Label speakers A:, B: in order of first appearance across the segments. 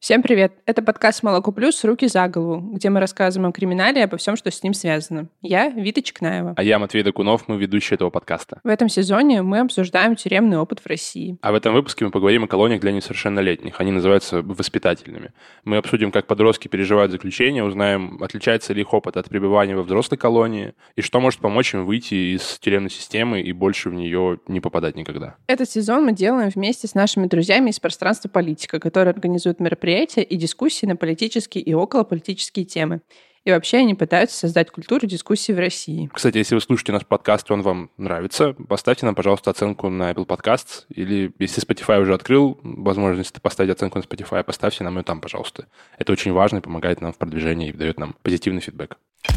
A: Всем привет! Это подкаст «Молоко плюс. Руки за голову», где мы рассказываем о криминале и обо всем, что с ним связано. Я Вита Чекнаева.
B: А я Матвей Докунов, мы ведущие этого подкаста.
A: В этом сезоне мы обсуждаем тюремный опыт в России.
B: А в этом выпуске мы поговорим о колониях для несовершеннолетних. Они называются воспитательными. Мы обсудим, как подростки переживают заключение, узнаем, отличается ли их опыт от пребывания во взрослой колонии, и что может помочь им выйти из тюремной системы и больше в нее не попадать никогда.
A: Этот сезон мы делаем вместе с нашими друзьями из пространства «Политика», которые организуют мероприятия и дискуссии на политические и околополитические темы. И вообще они пытаются создать культуру дискуссий в России.
B: Кстати, если вы слушаете наш подкаст, и он вам нравится, поставьте нам, пожалуйста, оценку на Apple Podcasts. Или если Spotify уже открыл возможность поставить оценку на Spotify, поставьте нам ее там, пожалуйста. Это очень важно и помогает нам в продвижении и дает нам позитивный фидбэк.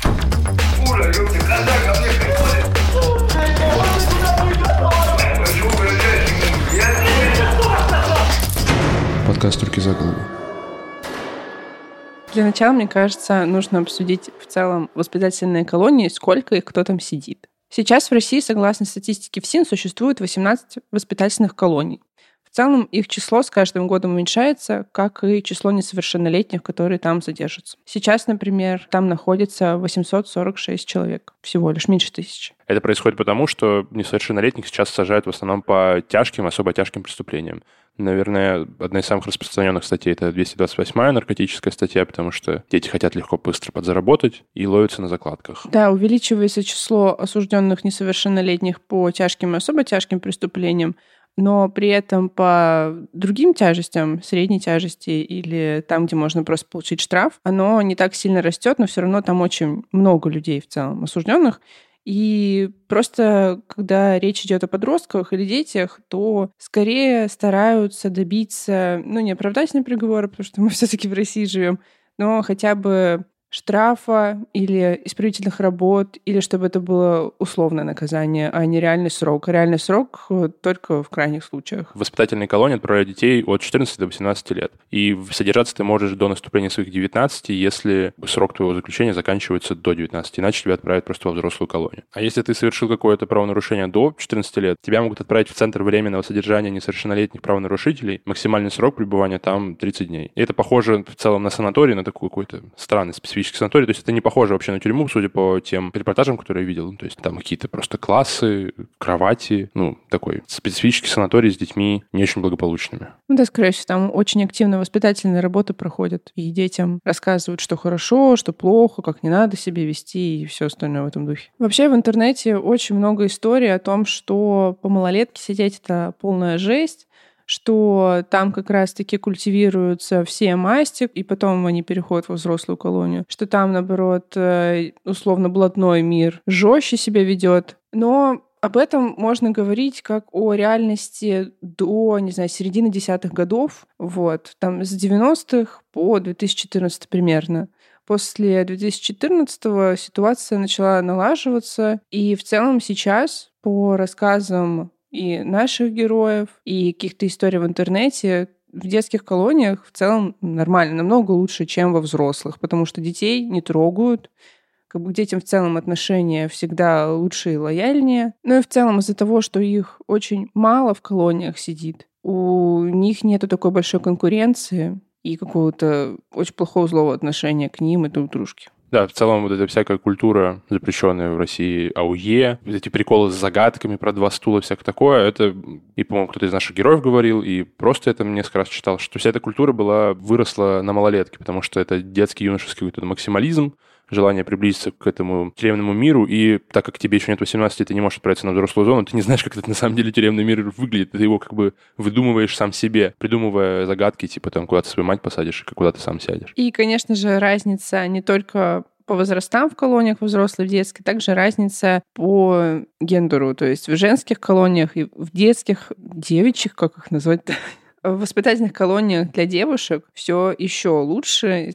B: Подкаст «Руки за голову».
A: Для начала, мне кажется, нужно обсудить в целом воспитательные колонии, сколько их кто там сидит. Сейчас в России, согласно статистике ФСИН, существует 18 воспитательных колоний. В целом их число с каждым годом уменьшается, как и число несовершеннолетних, которые там задержатся. Сейчас, например, там находится 846 человек, всего лишь меньше 1000.
B: Это происходит потому, что несовершеннолетних сейчас сажают в основном по тяжким, особо тяжким преступлениям. Наверное, одна из самых распространенных статей — это 228-я наркотическая статья, потому что дети хотят легко, быстро подзаработать и ловятся на закладках.
A: Да, увеличивается число осужденных несовершеннолетних по тяжким и особо тяжким преступлениям, но при этом по другим тяжестям, средней тяжести или там, где можно просто получить штраф, оно не так сильно растет, но все равно там очень много людей в целом осужденных. И просто, когда речь идет о подростках или детях, то скорее стараются добиться, не оправдательного приговора, потому что мы все-таки в России живем, но хотя бы штрафа или исправительных работ, или чтобы это было условное наказание, а не реальный срок. Реальный срок только в крайних случаях.
B: В воспитательной колонии отправляют детей от 14 до 18 лет. И содержаться ты можешь до наступления своих 19, если срок твоего заключения заканчивается до 19, иначе тебя отправят просто во взрослую колонию. А если ты совершил какое-то правонарушение до 14 лет, тебя могут отправить в Центр временного содержания несовершеннолетних правонарушителей. Максимальный срок пребывания там 30 дней. И это похоже в целом на санаторий, на такой какой-то странный специфический санаторий. То есть это не похоже вообще на тюрьму, судя по тем репортажам, которые я видел. То есть там какие-то просто классы, кровати, такой специфический санаторий с детьми не очень благополучными.
A: Да, скорее всего, там очень активно воспитательные работы проходят, и детям рассказывают, что хорошо, что плохо, как не надо себя вести и все остальное в этом духе. Вообще в интернете очень много историй о том, что по малолетке сидеть — это полная жесть, что там как раз-таки культивируются все масти, и потом они переходят во взрослую колонию, что там, наоборот, условно блатной мир жестче себя ведет. Но об этом можно говорить как о реальности до, середины десятых годов, там с 90-х по 2014 примерно. После 2014-го ситуация начала налаживаться, и в целом сейчас, по рассказам и наших героев, и каких-то историй в интернете, в детских колониях в целом нормально, намного лучше, чем во взрослых, потому что детей не трогают, к детям в целом отношения всегда лучше и лояльнее. Ну и в целом из-за того, что их очень мало в колониях сидит, у них нету такой большой конкуренции и какого-то очень плохого злого отношения к ним и друг к дружке.
B: Да, в целом вот эта всякая культура, запрещенная в России, АУЕ, эти приколы с загадками про 2 стула, всякое такое, это, и, по-моему, кто-то из наших героев говорил, и просто это несколько раз читал, что вся эта культура выросла на малолетке, потому что это детский юношеский какой-то максимализм, желание приблизиться к этому тюремному миру, и так как тебе еще нет 18, ты не можешь отправиться на взрослую зону, ты не знаешь, как это на самом деле тюремный мир выглядит, ты его выдумываешь сам себе, придумывая загадки, куда ты свою мать посадишь, и куда ты сам сядешь.
A: И, конечно же, разница не только по возрастам в колониях, во взрослой, в детской, также разница по гендеру, то есть в женских колониях и в детских, девичьих, как их назвать-то, в воспитательных колониях для девушек все еще лучше,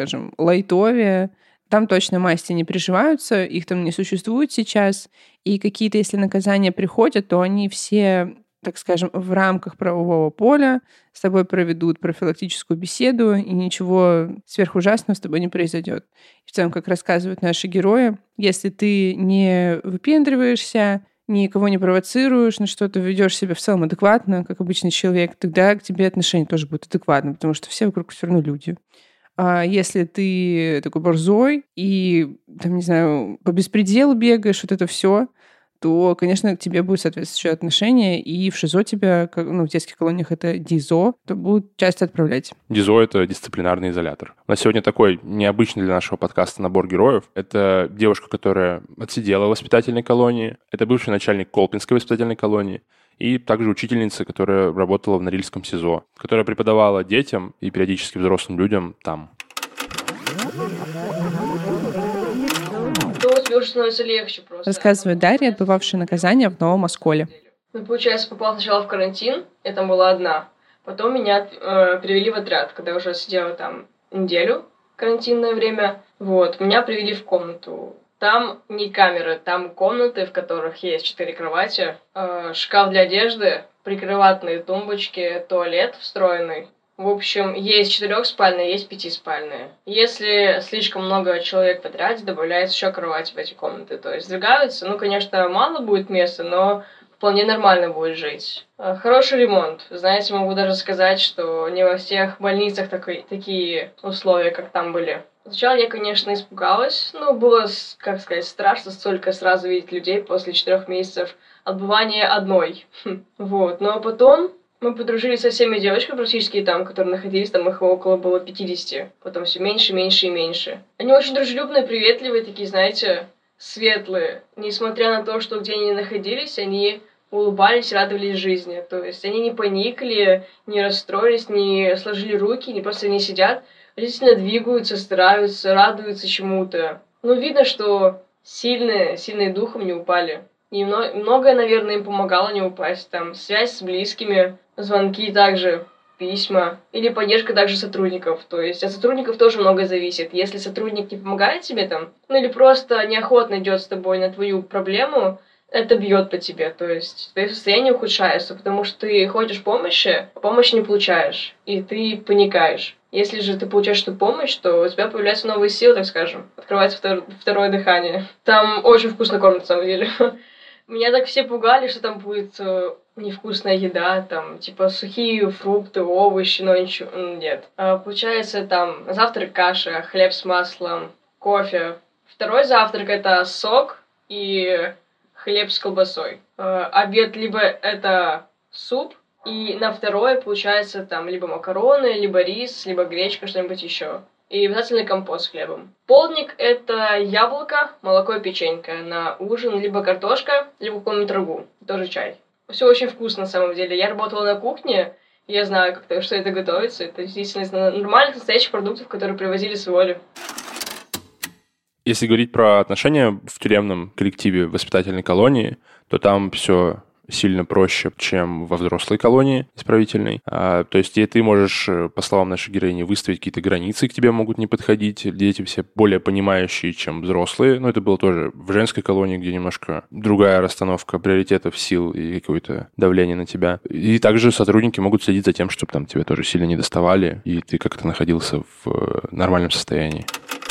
A: лайтовее. Там точно масти не приживаются, их там не существует сейчас. И какие-то, если наказания приходят, то они все, в рамках правового поля с тобой проведут профилактическую беседу, и ничего сверхужасного с тобой не произойдет. И в целом, как рассказывают наши герои, если ты не выпендриваешься, никого не провоцируешь, на что-то ведешь себя в целом адекватно, как обычный человек, тогда к тебе отношение тоже будет адекватно, потому что все вокруг все равно люди. А если ты такой борзой и, там, не знаю, по беспределу бегаешь, вот это все, то, конечно, к тебе будет соответствующее отношение, и в ШИЗО тебя, в детских колониях это ДИЗО, то будут часто отправлять.
B: ДИЗО — это дисциплинарный изолятор. У нас сегодня такой необычный для нашего подкаста набор героев. Это девушка, которая отсидела в воспитательной колонии, это бывший начальник Колпинской воспитательной колонии, и также учительница, которая работала в Норильском СИЗО, которая преподавала детям и периодически взрослым людям там.
C: Тебе уже становится легче просто.
A: Рассказывает Дарья, отбывавшая наказание в Новом Осколе.
C: Получается, попала сначала в карантин, я там была одна. Потом меня привели в отряд, когда я уже сидела там неделю, карантинное время. Меня привели в комнату. Там не камеры, там комнаты, в которых есть 4 кровати, шкаф для одежды, прикроватные тумбочки, туалет встроенный. В общем, есть 4-спальные, есть 5-спальные. Если слишком много человек в отряде, добавляется еще кровать в эти комнаты. То есть сдвигаются. Конечно, мало будет места, но вполне нормально будет жить. Хороший ремонт. Знаете, могу даже сказать, что не во всех больницах такие условия, как там были. Сначала я, конечно, испугалась. Было, страшно столько сразу видеть людей после 4 месяцев отбывания одной. Но потом мы подружились со всеми девочками практически там, которые находились, там их около было 50. Потом все меньше, меньше и меньше. Они очень дружелюбные, приветливые, такие, знаете, светлые. Несмотря на то, что где они находились, они улыбались, радовались жизни. То есть они не поникли, не расстроились, не сложили руки, не просто не сидят. Действительно двигаются, стараются, радуются чему-то. Видно, что сильные духом не упали. И многое, наверное, им помогало не упасть. Там связь с близкими, звонки также, письма. Или поддержка также сотрудников. То есть от сотрудников тоже многое зависит. Если сотрудник не помогает тебе там, или просто неохотно идет с тобой на твою проблему, это бьет по тебе. То есть твое состояние ухудшается, потому что ты хочешь помощи, а помощи не получаешь. И ты паникаешь. Если же ты получаешь эту помощь, то у тебя появляются новые силы, так скажем. Открывается второе дыхание. Там очень вкусно кормят, на самом деле. Меня так все пугали, что там будет невкусная еда, там, типа сухие фрукты, овощи, но ничего, нет. Получается, там, завтрак каша, хлеб с маслом, кофе. Второй завтрак — это сок и хлеб с колбасой. Обед либо это суп, и на второе, получается, там, либо макароны, либо рис, либо гречка, что-нибудь еще. И обязательно компост с хлебом. Полдник — это яблоко, молоко и печенька. На ужин либо картошка, либо какой-нибудь рагу. Тоже чай. Все очень вкусно, на самом деле. Я работала на кухне, я знаю, что это готовится. Это действительно из нормальных, настоящих продуктов, которые привозили с воли.
B: Если говорить про отношения в тюремном коллективе воспитательной колонии, то там все сильно проще, чем во взрослой колонии исправительной. То есть и ты можешь, по словам нашей героини, выставить какие-то границы, к тебе могут не подходить. Дети все более понимающие, чем взрослые. Но это было тоже в женской колонии, где немножко другая расстановка приоритетов, сил и какое-то давление на тебя. И также сотрудники могут следить за тем, чтобы там тебя тоже сильно не доставали, и ты как-то находился в нормальном состоянии.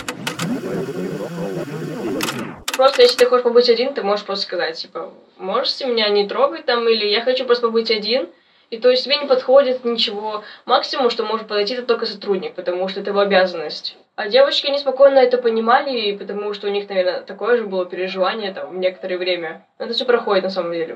C: Просто если ты хочешь побыть один, ты можешь просто сказать, типа, можете меня не трогать там, или я хочу просто побыть один, и то есть тебе не подходит ничего. Максимум, что может подойти, это только сотрудник, потому что это его обязанность. А девочки, они спокойно это понимали, потому что у них, наверное, такое же было переживание там в некоторое время. Но это все проходит на самом деле.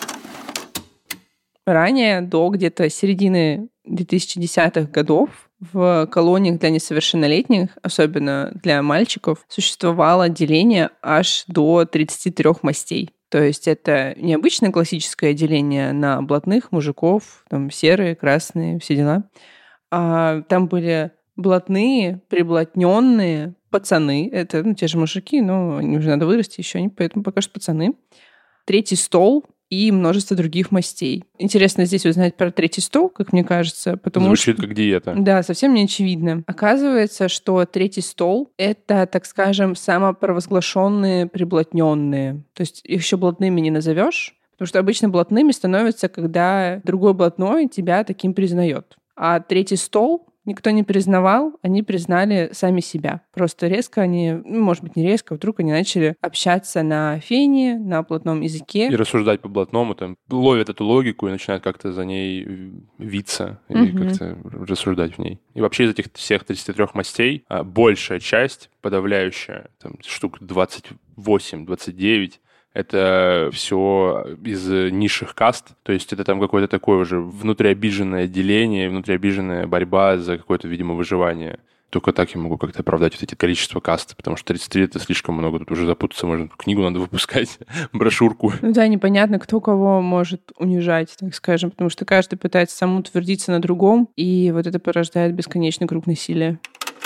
A: Ранее, до где-то середины 2010-х годов, в колониях для несовершеннолетних, особенно для мальчиков, существовало деление аж до 33 мастей. То есть это не обычное классическое деление на блатных, мужиков, там серые, красные, все дела. А там были блатные, приблотненные, пацаны. Это те же мужики, но им уже надо вырасти еще, поэтому пока что пацаны. Третий стол и множество других мастей. Интересно здесь узнать про третий стол, как мне кажется, потому
B: Звучит
A: что...
B: как диета.
A: Да, совсем не очевидно. Оказывается, что третий стол — это, так скажем, самопровозглашенные приблотненные. То есть их еще блатными не назовешь, потому что обычно блатными становятся, когда другой блатной тебя таким признает. А третий стол, никто не признавал, они признали сами себя. Просто резко они, может быть, не резко, вдруг они начали общаться на фене, на блатном языке.
B: И рассуждать по блатному, там, ловят эту логику и начинают как-то за ней виться и как-то рассуждать в ней. И вообще из этих всех 33 мастей большая часть, подавляющая, там, штук 28-29, это все из низших каст, то есть это там какое-то такое уже внутриобиженное деление, внутриобиженная борьба за какое-то, видимо, выживание. Только так я могу как-то оправдать вот эти количество каст, потому что 33 — это слишком много, тут уже запутаться можно, книгу надо выпускать, брошюрку.
A: Ну да, непонятно, кто кого может унижать, так скажем, потому что каждый пытается самоутвердиться на другом, и вот это порождает бесконечный круг насилия.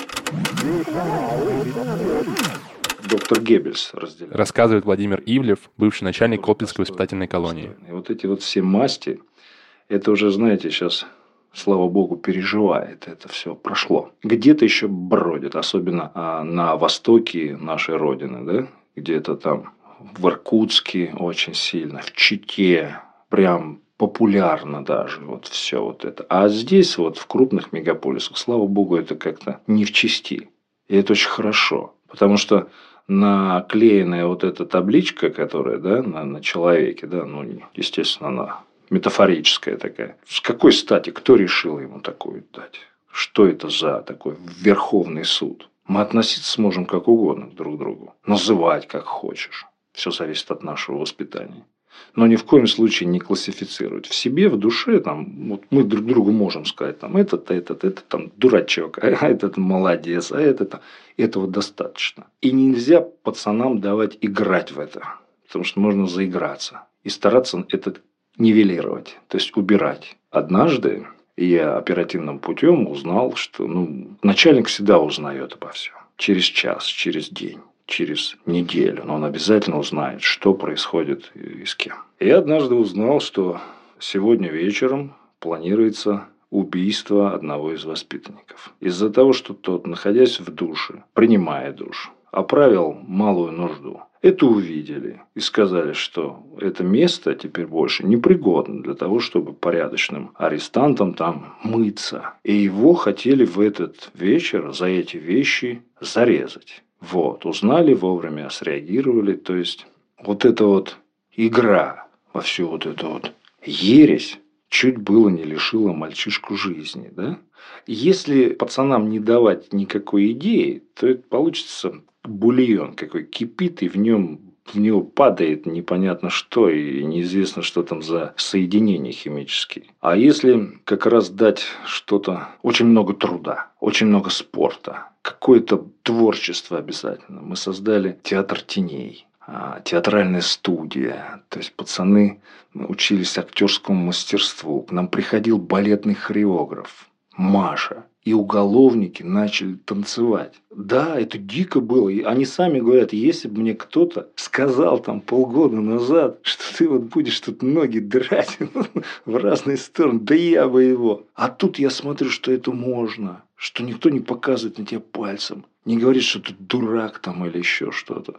D: Доктор Геббельс разделяет.
B: Рассказывает Владимир Ивлев, бывший начальник Колпинской воспитательной колонии.
D: И вот эти вот все масти, это уже, знаете, сейчас, слава богу, переживает. Это все прошло. Где-то еще бродит, особенно на востоке нашей родины, да? Где-то там в Иркутске очень сильно, в Чите, прям популярно даже вот все вот это. А здесь вот в крупных мегаполисах, слава богу, это как-то не в чести. И это очень хорошо, потому что наклеенная вот эта табличка, которая, да, на человеке, да, ну, естественно, она метафорическая такая. С какой стати, кто решил ему такую дать? Что это за такой Верховный суд? Мы относиться сможем как угодно друг к другу, называть как хочешь. Все зависит от нашего воспитания. Но ни в коем случае не классифицировать. В себе, в душе, там, вот мы друг другу можем сказать, там, этот там, дурачок, а этот молодец, а этот. Этого достаточно. И нельзя пацанам давать играть в это. Потому что можно заиграться. И стараться это нивелировать, то есть убирать. Однажды я оперативным путем узнал, что начальник всегда узнает обо всем. Через час, через день. Через неделю, но он обязательно узнает, что происходит и с кем. И однажды узнал, что сегодня вечером планируется убийство одного из воспитанников. Из-за того, что тот, находясь в душе, принимая душ, оправил малую нужду. Это увидели и сказали, что это место теперь больше непригодно для того, чтобы порядочным арестантам там мыться. И его хотели в этот вечер за эти вещи зарезать. Вот, узнали вовремя, среагировали. То есть, вот эта вот игра во всю вот эту вот ересь чуть было не лишила мальчишку жизни, да? Если пацанам не давать никакой идеи, то это получится бульон какой кипит, и в него падает непонятно что, и неизвестно, что там за соединения химические. А если как раз дать что-то, очень много труда, очень много спорта, какое-то творчество обязательно. Мы создали театр теней, театральная студия. То есть пацаны учились актерскому мастерству. К нам приходил балетный хореограф Маша. И уголовники начали танцевать. Да, это дико было. И они сами говорят, если бы мне кто-то сказал там полгода назад, что ты вот будешь тут ноги драть в разные стороны, да я бы его. А тут я смотрю, что это можно. Что никто не показывает на тебя пальцем. Не говорит, что ты дурак там или еще что-то.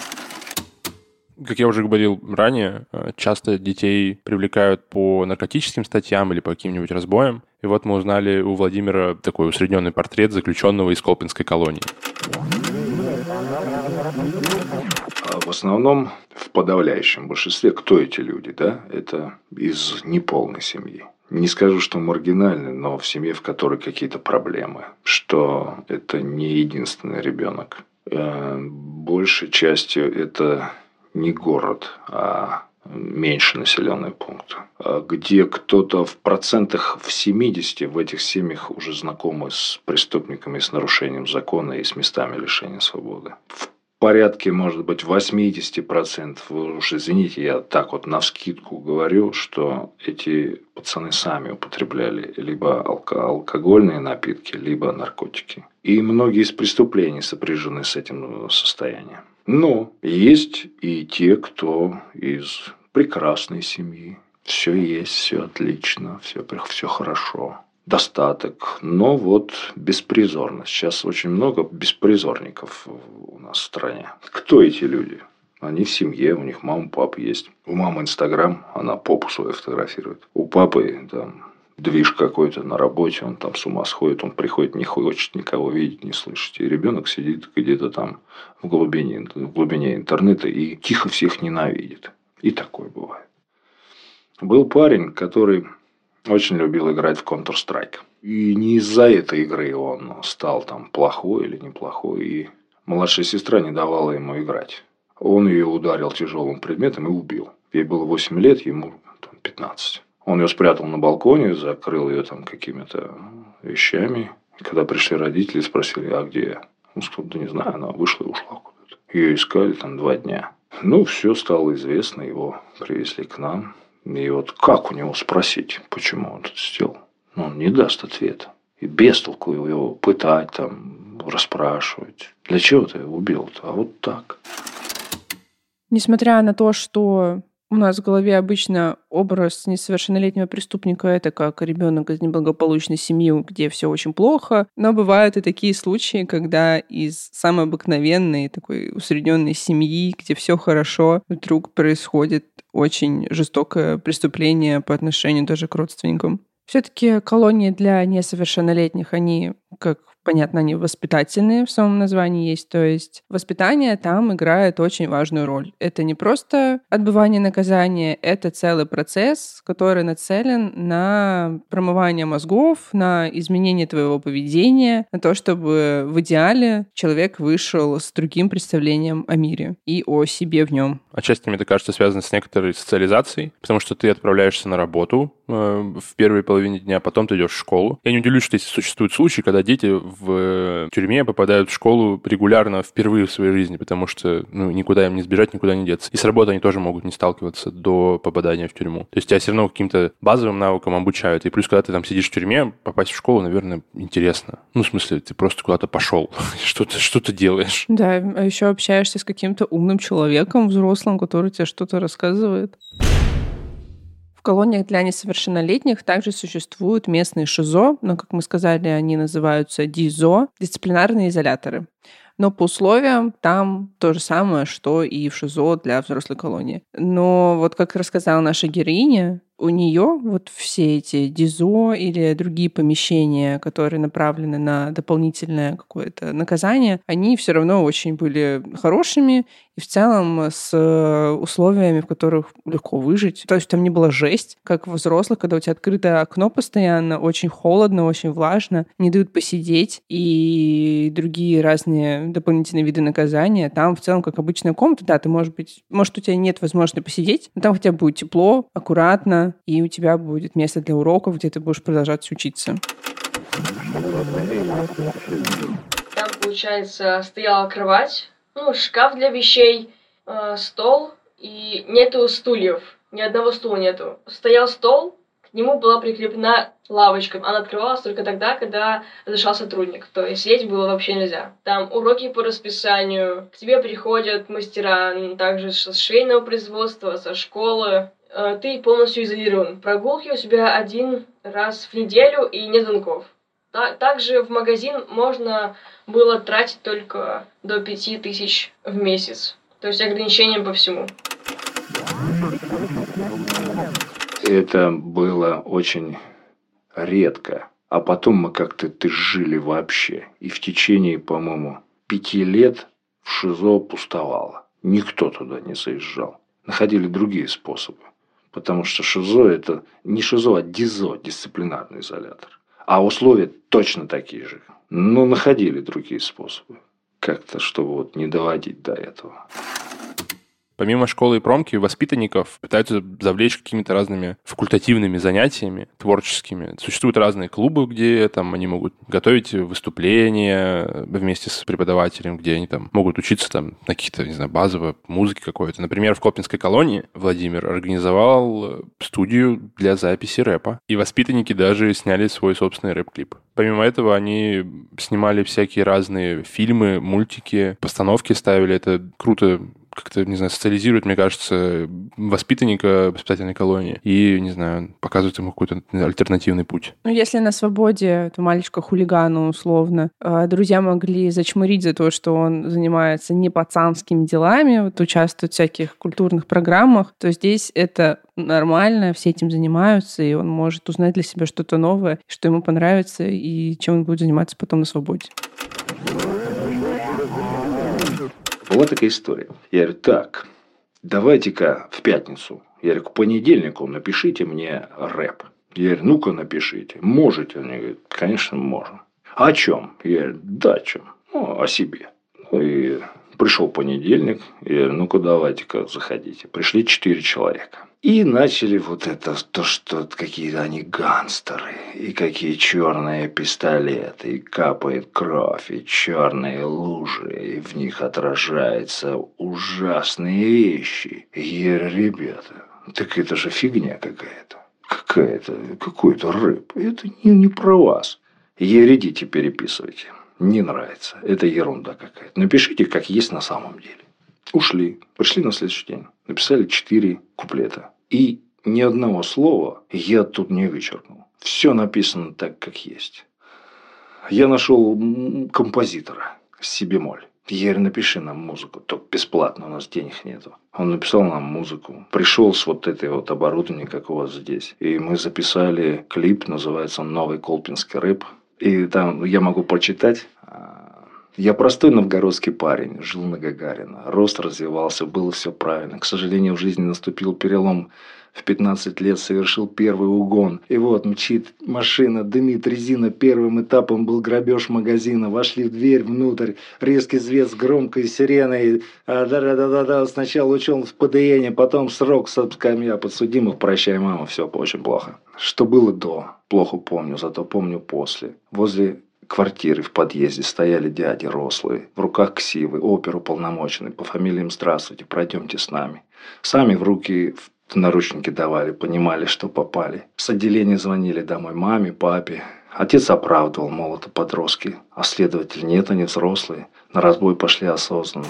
B: Как я уже говорил ранее, часто детей привлекают по наркотическим статьям или по каким-нибудь разбоям. И вот мы узнали у Владимира такой усредненный портрет заключенного из Колпинской колонии.
D: В основном, в подавляющем большинстве, кто эти люди, да? Это из неполной семьи. Не скажу, что маргинальный, но в семье, в которой какие-то проблемы. Что это не единственный ребенок. Большей частью это не город, а меньше населенный пункт, где кто-то в процентах в 70 в этих семьях уже знакомы с преступниками, с нарушением закона и с местами лишения свободы. В порядке, может быть, 80%, вы уж извините, я так вот навскидку говорю, что эти пацаны сами употребляли либо алкогольные напитки, либо наркотики. И многие из преступлений сопряжены с этим состоянием. Но есть и те, кто из прекрасной семьи. Все есть, все отлично, все хорошо. Достаток, но вот беспризорность. Сейчас очень много беспризорников у нас в стране. Кто эти люди? Они в семье, у них мама, папа есть. У мамы Инстаграм, она попу свою фотографирует. У папы там движ какой-то на работе, он там с ума сходит, он приходит, не хочет никого видеть, не слышать. И ребенок сидит где-то там в глубине интернета и тихо всех ненавидит. И такое бывает. Был парень, который очень любил играть в Counter-Strike. И не из-за этой игры он стал там плохой или неплохой. И младшая сестра не давала ему играть. Он ее ударил тяжелым предметом и убил. Ей было 8 лет, ему там, 15. Он ее спрятал на балконе, закрыл ее там какими-то вещами. И когда пришли родители, спросили, а где я? Он сказал, да не знаю, она вышла и ушла куда-то. Ее искали там 2 дня. Ну, все стало известно, его привезли к нам. И вот как у него спросить, почему он это сделал? Ну, он не даст ответа. И без толку его пытать, там, расспрашивать. Для чего ты его убил-то? А вот так.
A: Несмотря на то, что у нас в голове обычно образ несовершеннолетнего преступника — это как ребенок из неблагополучной семьи, где все очень плохо, но бывают и такие случаи, когда из самой обыкновенной такой усредненной семьи, где все хорошо, вдруг происходит очень жестокое преступление по отношению даже к родственникам. Все-таки колонии для несовершеннолетних, они, как понятно, они воспитательные, в самом названии есть. То есть воспитание там играет очень важную роль. Это не просто отбывание наказания, это целый процесс, который нацелен на промывание мозгов, на изменение твоего поведения, на то, чтобы в идеале человек вышел с другим представлением о мире и о себе в нем.
B: Отчасти, мне кажется, связано с некоторой социализацией, потому что ты отправляешься на работу в первой половине дня, потом ты идешь в школу. Я не удивлюсь, что существуют случаи, когда дети в тюрьме попадают в школу регулярно впервые в своей жизни, потому что никуда им не сбежать, никуда не деться. И с работой они тоже могут не сталкиваться до попадания в тюрьму. То есть тебя все равно каким-то базовым навыкам обучают. И плюс, когда ты там сидишь в тюрьме, попасть в школу, наверное, интересно. В смысле, ты просто куда-то пошел, что-то делаешь.
A: Да, а еще общаешься с каким-то умным человеком, взрослым, который тебе что-то рассказывает. В колониях для несовершеннолетних также существуют местные ШИЗО, но, как мы сказали, они называются ДИЗО, дисциплинарные изоляторы. Но по условиям там то же самое, что и в ШИЗО для взрослой колонии. Но вот как рассказала наша героиня, у нее вот все эти ДИЗО или другие помещения, которые направлены на дополнительное какое-то наказание, они все равно очень были хорошими и в целом с условиями, в которых легко выжить. То есть там не была жесть, как в взрослых, когда у тебя открыто окно постоянно, очень холодно, очень влажно, не дают посидеть, и другие разные дополнительные виды наказания. Там в целом как обычная комната, да, ты, может, у тебя нет возможности посидеть, но там хотя бы будет тепло, аккуратно, и у тебя будет место для уроков, где ты будешь продолжать учиться.
C: Там, получается, стояла кровать, шкаф для вещей, стол, и нету стульев, ни одного стула нету. Стоял стол, к нему была прикреплена лавочка. Она открывалась только тогда, когда зашел сотрудник. То есть сидеть было вообще нельзя. Там уроки по расписанию, к тебе приходят мастера, также с швейного производства, со школы. Ты полностью изолирован. Прогулки у тебя 1 раз в неделю и нет звонков. Также в магазин можно было тратить только до 5000 в месяц. То есть ограничения по всему.
D: Это было очень редко. А потом мы как-то жили вообще. И в течение, по-моему, 5 лет в ШИЗО пустовало. Никто туда не заезжал. Находили другие способы. Потому что ШИЗО – это не ШИЗО, а ДИЗО, дисциплинарный изолятор. А условия точно такие же. Но находили другие способы. Как-то, чтобы не доводить до этого.
B: Помимо школы и промки, воспитанников пытаются завлечь какими-то разными факультативными занятиями, творческими. Существуют разные клубы, где они могут готовить выступления вместе с преподавателем, где они могут учиться на каких-то, базовой музыке какой-то. Например, в Колпинской колонии Владимир организовал студию для записи рэпа. И воспитанники даже сняли свой собственный рэп-клип. Помимо этого, они снимали всякие разные фильмы, мультики, постановки ставили. Это круто как-то, не знаю, социализирует, мне кажется, воспитанника воспитательной колонии и, не знаю, показывает ему какой-то альтернативный путь.
A: Ну, если на свободе это мальчика-хулигана условно, друзья могли зачмурить за то, что он занимается не пацанскими делами, вот участвует в всяких культурных программах, то здесь это нормально, все этим занимаются, и он может узнать для себя что-то новое, что ему понравится, и чем он будет заниматься потом на свободе.
D: Вот такая история. Я говорю, так, давайте-ка в пятницу, я говорю, к понедельнику напишите мне рэп. Я говорю, ну-ка напишите. Можете? Они говорят, конечно, можем. О чем? Я говорю, да о чем? Ну, о себе. Ну, и пришел понедельник, я говорю, ну-ка давайте-ка заходите. Пришли 4 человека. И начали вот это, то, что какие-то они гангстеры, и какие черные пистолеты, и капает кровь, и черные лужи, и в них отражаются ужасные вещи. И я говорю, ребята, так это же фигня какая-то. Какой-то рэп. Это не про вас. Я говорю, идите переписывайте. Не нравится. Это ерунда какая-то. Напишите, как есть на самом деле. Ушли. Пришли на следующий день. Написали 4 куплета. И ни одного слова я тут не вычеркнул. Все написано так, как есть. Я нашел композитора си бемоль. Я говорю, напиши нам музыку, только бесплатно, у нас денег нету. Он написал нам музыку. Пришел с вот этой вот оборудованием, как у вас здесь. И мы записали клип, называется «Новый колпинский рэп». И там я могу прочитать. Я простой новгородский парень, жил на Гагарина, рост развивался, было все правильно. К сожалению, в жизни наступил перелом. В 15 лет совершил первый угон. И вот мчит машина, дымит резина. Первым этапом был грабеж магазина. Вошли в дверь внутрь. Резкий свет с громкой сиреной. Да-да-да-да-да. Сначала учел в ПДН, потом срок с скамья подсудимых. Прощай, мама, все очень плохо. Что было до? Плохо помню, зато помню после. Возле квартиры в подъезде стояли дяди рослые, в руках ксивы, оперуполномоченный, по фамилиям «Здравствуйте, пройдемте с нами». Сами в руки наручники давали, понимали, что попали. С отделения звонили домой маме, папе. Отец оправдывал, мол, это подростки, а следователь нет, они взрослые. На разбой пошли осознанно.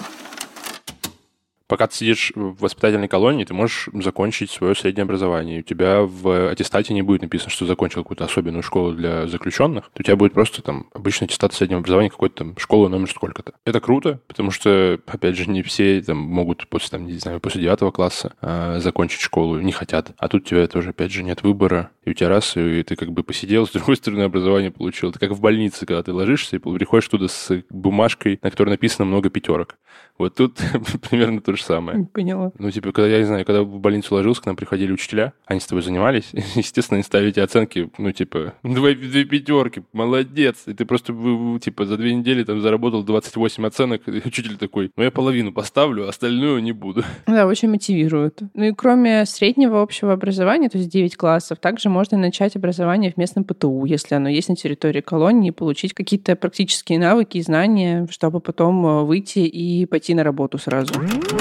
B: Пока ты сидишь в воспитательной колонии, ты можешь закончить свое среднее образование. У тебя в аттестате не будет написано, что закончил какую-то особенную школу для заключенных. У тебя будет просто там обычный аттестат среднего образования какой-то там школы номер сколько-то. Это круто, потому что, опять же, не все там могут после, там, не знаю, после 9 класса закончить школу, не хотят. А тут у тебя тоже, опять же, нет выбора. И у тебя раз, и ты как бы посидел, с другой стороны, образование получил. Это как в больнице, когда ты ложишься и приходишь туда с бумажкой, на которой написано много пятерок. Вот тут примерно то же самое.
A: Поняла.
B: Ну, типа, когда, я не знаю, когда в больницу ложился, к нам приходили учителя, они с тобой занимались, естественно, они ставили тебе оценки, ну, типа, 2 пятерки, молодец. И ты просто, типа, за 2 недели там заработал 28 оценок, и учитель такой, ну, я половину поставлю, остальную не буду.
A: Да, очень мотивирует. Ну и кроме среднего общего образования, то есть 9 классов, также можно начать образование в местном ПТУ, если оно есть на территории колонии, и получить какие-то практические навыки и знания, чтобы потом выйти и пойти на работу сразу.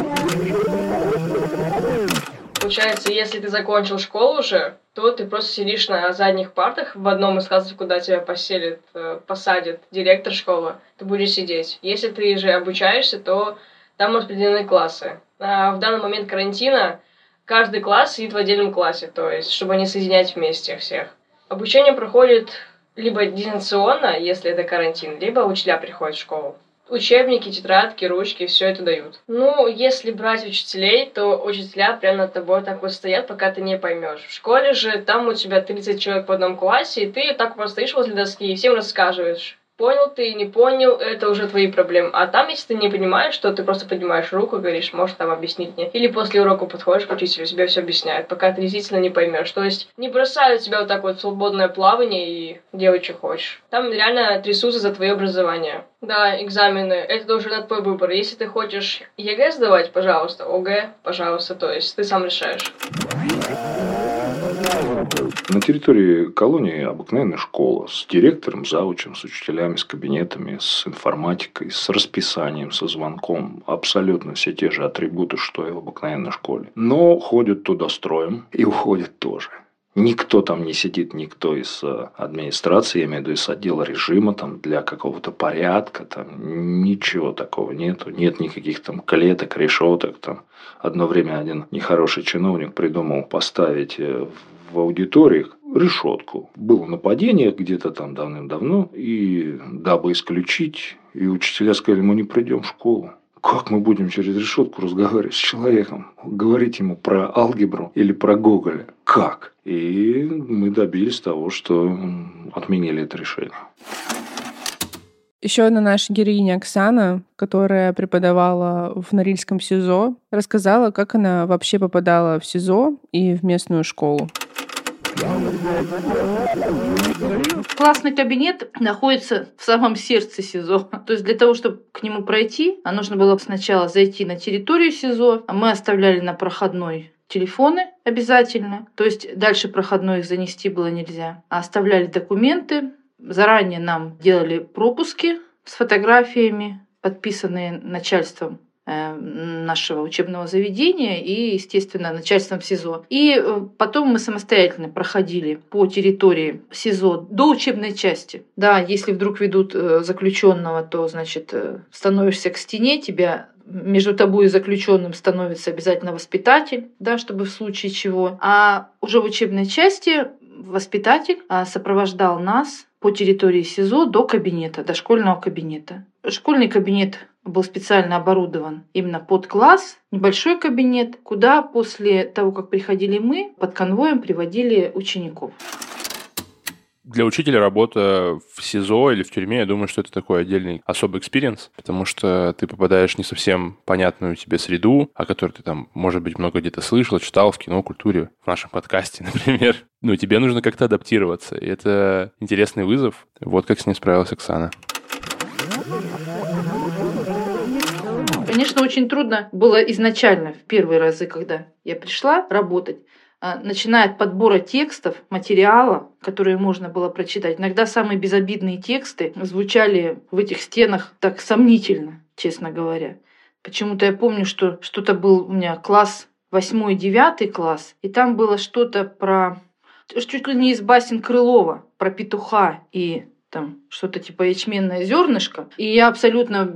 C: Получается, если ты закончил школу уже, то ты просто сидишь на задних партах в одном из классов, куда тебя посадит директор школы, ты будешь сидеть. Если ты же обучаешься, то там распределены классы. А в данный момент карантина каждый класс сидит в отдельном классе, то есть, чтобы не соединять вместе всех. Обучение проходит либо дистанционно, если это карантин, либо учителя приходят в школу. Учебники, тетрадки, ручки, все это дают. Ну, если брать учителей, то учителя прямо над тобой так вот стоят, пока ты не поймешь. В школе же там у тебя 30 человек в одном классе, и ты так просто стоишь возле доски и всем рассказываешь. Понял ты, не понял, это уже твои проблемы. А там, если ты не понимаешь, что ты просто поднимаешь руку и говоришь, может там объяснить мне. Или после урока подходишь к учителю, тебе все объясняют, пока ты действительно не поймешь. То есть не бросают тебя вот так вот в свободное плавание и делай, что хочешь. Там реально трясутся за твое образование. Да, экзамены, это уже на твой выбор. Если ты хочешь ЕГЭ сдавать, пожалуйста, ОГЭ, пожалуйста, то есть ты сам решаешь.
D: На территории колонии обыкновенная школа с директором, заучем, с учителями, с кабинетами, с информатикой, с расписанием, со звонком. Абсолютно все те же атрибуты, что и в обыкновенной школе. Но ходят туда строем и уходят тоже. Никто там не сидит, никто из администрации, я имею в виду из отдела режима, там, для какого-то порядка, там, ничего такого нету. Нет никаких там клеток, решеток. Там. Одно время один нехороший чиновник придумал поставить в аудиториях решетку. Было нападение где-то там давным-давно, и дабы исключить, и учителя сказали, мы не придем в школу. Как мы будем через решетку разговаривать с человеком? Говорить ему про алгебру или про Гоголя? Как? И мы добились того, что отменили это решение.
A: Еще одна наша героиня Оксана, которая преподавала в Норильском СИЗО, рассказала, как она вообще попадала в СИЗО и в местную школу.
E: Классный кабинет находится в самом сердце СИЗО. То есть для того, чтобы к нему пройти, нужно было сначала зайти на территорию СИЗО. Мы оставляли на проходной телефоны обязательно. То есть дальше проходной их занести было нельзя. А оставляли документы. Заранее нам делали пропуски с фотографиями, подписанные начальством нашего учебного заведения и, естественно, начальством СИЗО. И потом мы самостоятельно проходили по территории СИЗО до учебной части. Да, если вдруг ведут заключенного, то, значит, становишься к стене, тебя между тобой и заключенным становится обязательно воспитатель, да, чтобы в случае чего. А уже в учебной части воспитатель сопровождал нас по территории СИЗО до кабинета, до школьного кабинета. Школьный кабинет был специально оборудован именно под класс, небольшой кабинет, куда после того, как приходили мы, под конвоем приводили учеников.
B: Для учителя работа в СИЗО или в тюрьме, я думаю, что это такой отдельный особый экспириенс, потому что ты попадаешь в не совсем понятную тебе среду, о которой ты там, может быть, много где-то слышал, читал в кино, культуре, в нашем подкасте, например. Ну, тебе нужно как-то адаптироваться, и это интересный вызов. Вот как с ней справилась Оксана.
E: Конечно, очень трудно было изначально, в первые разы, когда я пришла работать, начиная от подбора текстов, материала, которые можно было прочитать. Иногда самые безобидные тексты звучали в этих стенах так сомнительно, честно говоря. Почему-то я помню, что что-то был у меня класс 8-9 класс, и там было что-то про... чуть ли не из басен Крылова, про петуха и там что-то типа ячменное зернышко. И я абсолютно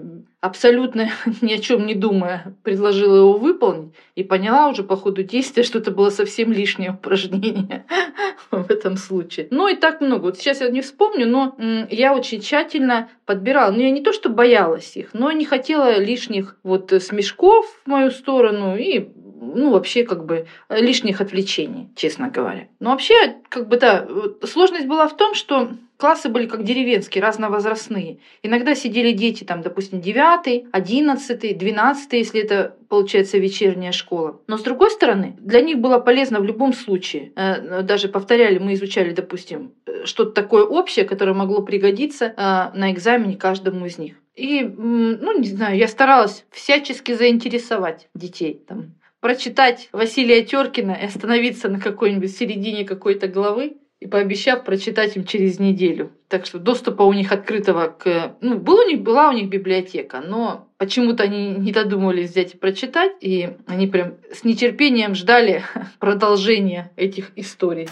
E: ни о чем не думая предложила его выполнить и поняла уже по ходу действия, что это было совсем лишнее упражнение в этом случае. Ну и так много. Вот сейчас я не вспомню, но я очень тщательно подбирала. Ну я не то, что боялась их, но не хотела лишних вот смешков в мою сторону и вообще как бы лишних отвлечений, честно говоря. Но вообще, как бы, да, сложность была в том, что классы были как деревенские, разновозрастные. Иногда сидели дети, там, допустим, 9, 11, 12, если это, получается, вечерняя школа. Но, с другой стороны, для них было полезно в любом случае. Даже повторяли, мы изучали, допустим, что-то такое общее, которое могло пригодиться на экзамене каждому из них. И, не знаю, я старалась всячески заинтересовать детей, там, прочитать Василия Теркина и остановиться на какой-нибудь середине какой-то главы, и пообещав прочитать им через неделю. Так что доступа у них открытого к... была у них библиотека, но почему-то они не додумались взять и прочитать, и они прям с нетерпением ждали продолжения этих историй.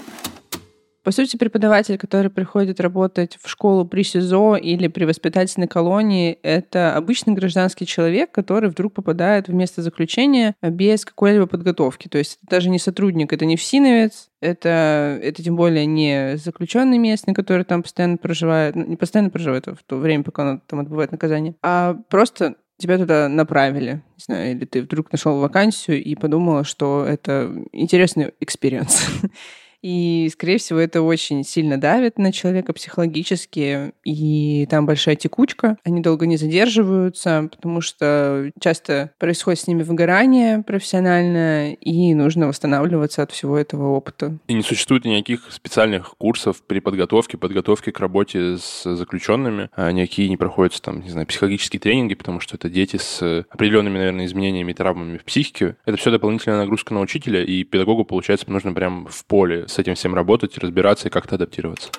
A: По сути, преподаватель, который приходит работать в школу при СИЗО или при воспитательной колонии, это обычный гражданский человек, который вдруг попадает в место заключения без какой-либо подготовки. То есть это даже не сотрудник, это не ФСИНовец, это тем более не заключенный местный, который там постоянно проживает, не постоянно проживает в то время, пока он там отбывает наказание, а просто тебя туда направили, не знаю, или ты вдруг нашел вакансию и подумала, что это интересный экспириенс. И, скорее всего, это очень сильно давит на человека психологически, и там большая текучка. Они долго не задерживаются, потому что часто происходит с ними выгорание профессиональное, и нужно восстанавливаться от всего этого опыта.
B: И не существует никаких специальных курсов при подготовке к работе с заключенными. Никакие не проходятся там, не знаю, психологические тренинги, потому что это дети с определенными, наверное, изменениями и травмами в психике. Это все дополнительная нагрузка на учителя, и педагогу, получается, нужно прям в поле с этим всем работать, разбираться и как-то адаптироваться.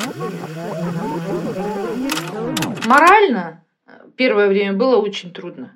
E: Морально первое время было очень трудно.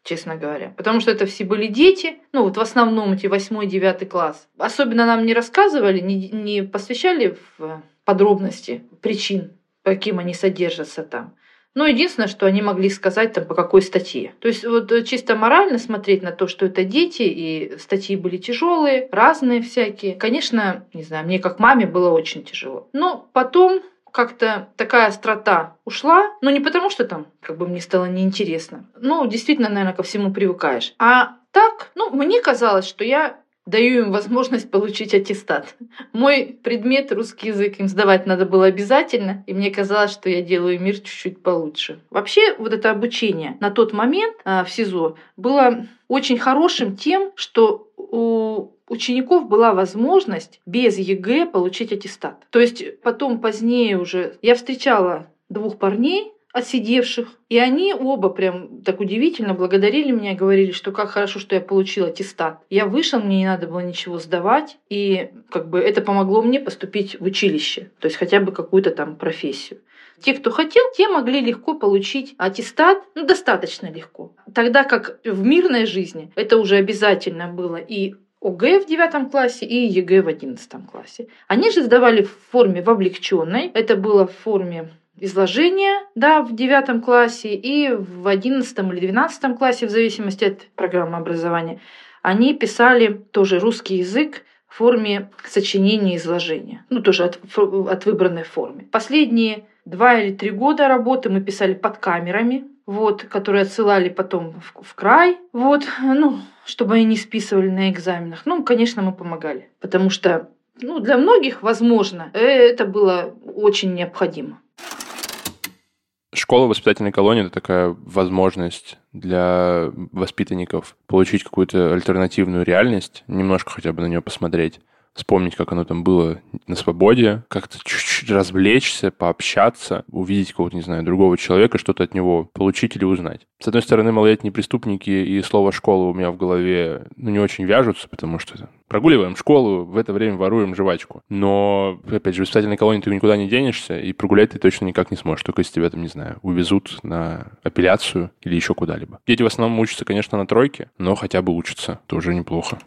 E: честно говоря. Потому что это все были дети, ну вот в основном эти 8-9 класс. Особенно нам не рассказывали, не посвящали в подробности причин, по каким они содержатся там. Но единственное, что они могли сказать там по какой статье. То есть вот чисто морально смотреть на то, что это дети, и статьи были тяжелые, разные всякие. Конечно, не знаю, мне как маме было очень тяжело. Но потом как-то такая острота ушла, но не потому, что там как бы мне стало неинтересно. Ну, действительно, наверное, ко всему привыкаешь. А так, мне казалось, что я даю им возможность получить аттестат. Мой предмет, русский язык, им сдавать надо было обязательно, и мне казалось, что я делаю мир чуть-чуть получше. Вообще, вот это обучение на тот момент в СИЗО было очень хорошим тем, что у учеников была возможность без ЕГЭ получить аттестат. То есть потом, позднее уже, я встречала 2 парней, отсидевших, и они оба прям так удивительно благодарили меня и говорили, что как хорошо, что я получила аттестат. Я вышел, мне не надо было ничего сдавать, и как бы это помогло мне поступить в училище, то есть хотя бы какую-то там профессию. Те, кто хотел, те могли легко получить аттестат, достаточно легко. Тогда как в мирной жизни это уже обязательно было и ОГЭ в 9 классе и ЕГЭ в 11 классе. Они же сдавали в форме в облегченной, это было в форме изложения, в 9 классе, и в 11 или 12 классе, в зависимости от программы образования, они писали тоже русский язык в форме сочинения изложения, тоже от выбранной формы. Последние 2 или 3 года работы мы писали под камерами, которые отсылали потом в край, чтобы они не списывали на экзаменах. Конечно, мы помогали, потому что для многих, возможно, это было очень необходимо.
B: Школа воспитательной колонии – это такая возможность для воспитанников получить какую-то альтернативную реальность, немножко хотя бы на нее посмотреть, вспомнить, как оно там было на свободе, как-то чуть-чуть развлечься, пообщаться, увидеть какого-то, не знаю, другого человека, что-то от него получить или узнать. С одной стороны, малолетние преступники и слово «школа» у меня в голове не очень вяжутся, потому что прогуливаем школу, в это время воруем жвачку. Но, опять же, в воспитательной колонии ты никуда не денешься, и прогулять ты точно никак не сможешь, только если тебя там, не знаю, увезут на апелляцию или еще куда-либо. Дети в основном учатся, конечно, на 3, но хотя бы учатся, тоже неплохо.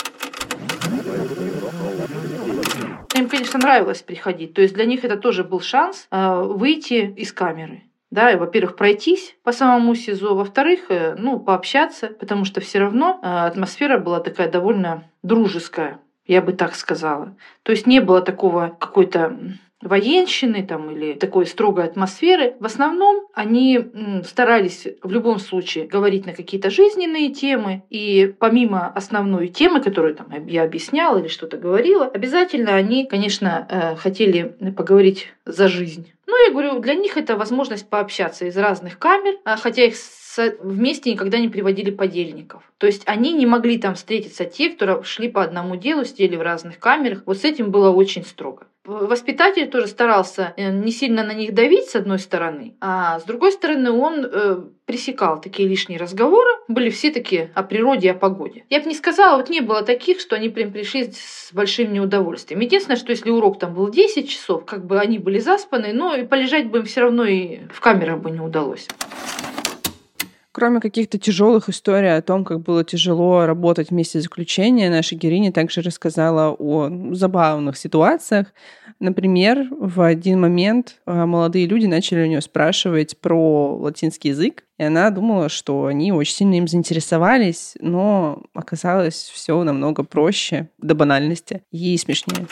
E: Им, конечно, нравилось приходить. То есть для них это тоже был шанс выйти из камеры. И, во-первых, пройтись по самому СИЗО, во-вторых, пообщаться, потому что все равно атмосфера была такая довольно дружеская, я бы так сказала. То есть не было такого какой-то военщины или такой строгой атмосферы. В основном они старались в любом случае говорить на какие-то жизненные темы, и помимо основной темы, которую я объясняла или что-то говорила, обязательно они, конечно, хотели поговорить за жизнь. Я говорю, для них это возможность пообщаться из разных камер, хотя их вместе никогда не приводили подельников. То есть они не могли там встретиться те, кто шли по одному делу, сидели в разных камерах. С этим было очень строго. Воспитатель тоже старался не сильно на них давить, с одной стороны, а с другой стороны он пресекал такие лишние разговоры. Были все такие о природе, о погоде. Я бы не сказала, не было таких, что они прям пришли с большим неудовольствием. Единственное, что если урок там был 10 часов, они были заспаны, но и полежать бы им все равно и в камерах бы не удалось.
A: Кроме каких-то тяжелых историй о том, как было тяжело работать вместе заключения, наша героиня также рассказала о забавных ситуациях. Например, в один момент молодые люди начали у нее спрашивать про латинский язык, и она думала, что они очень сильно им заинтересовались, но оказалось все намного проще, до банальности, и смешнее.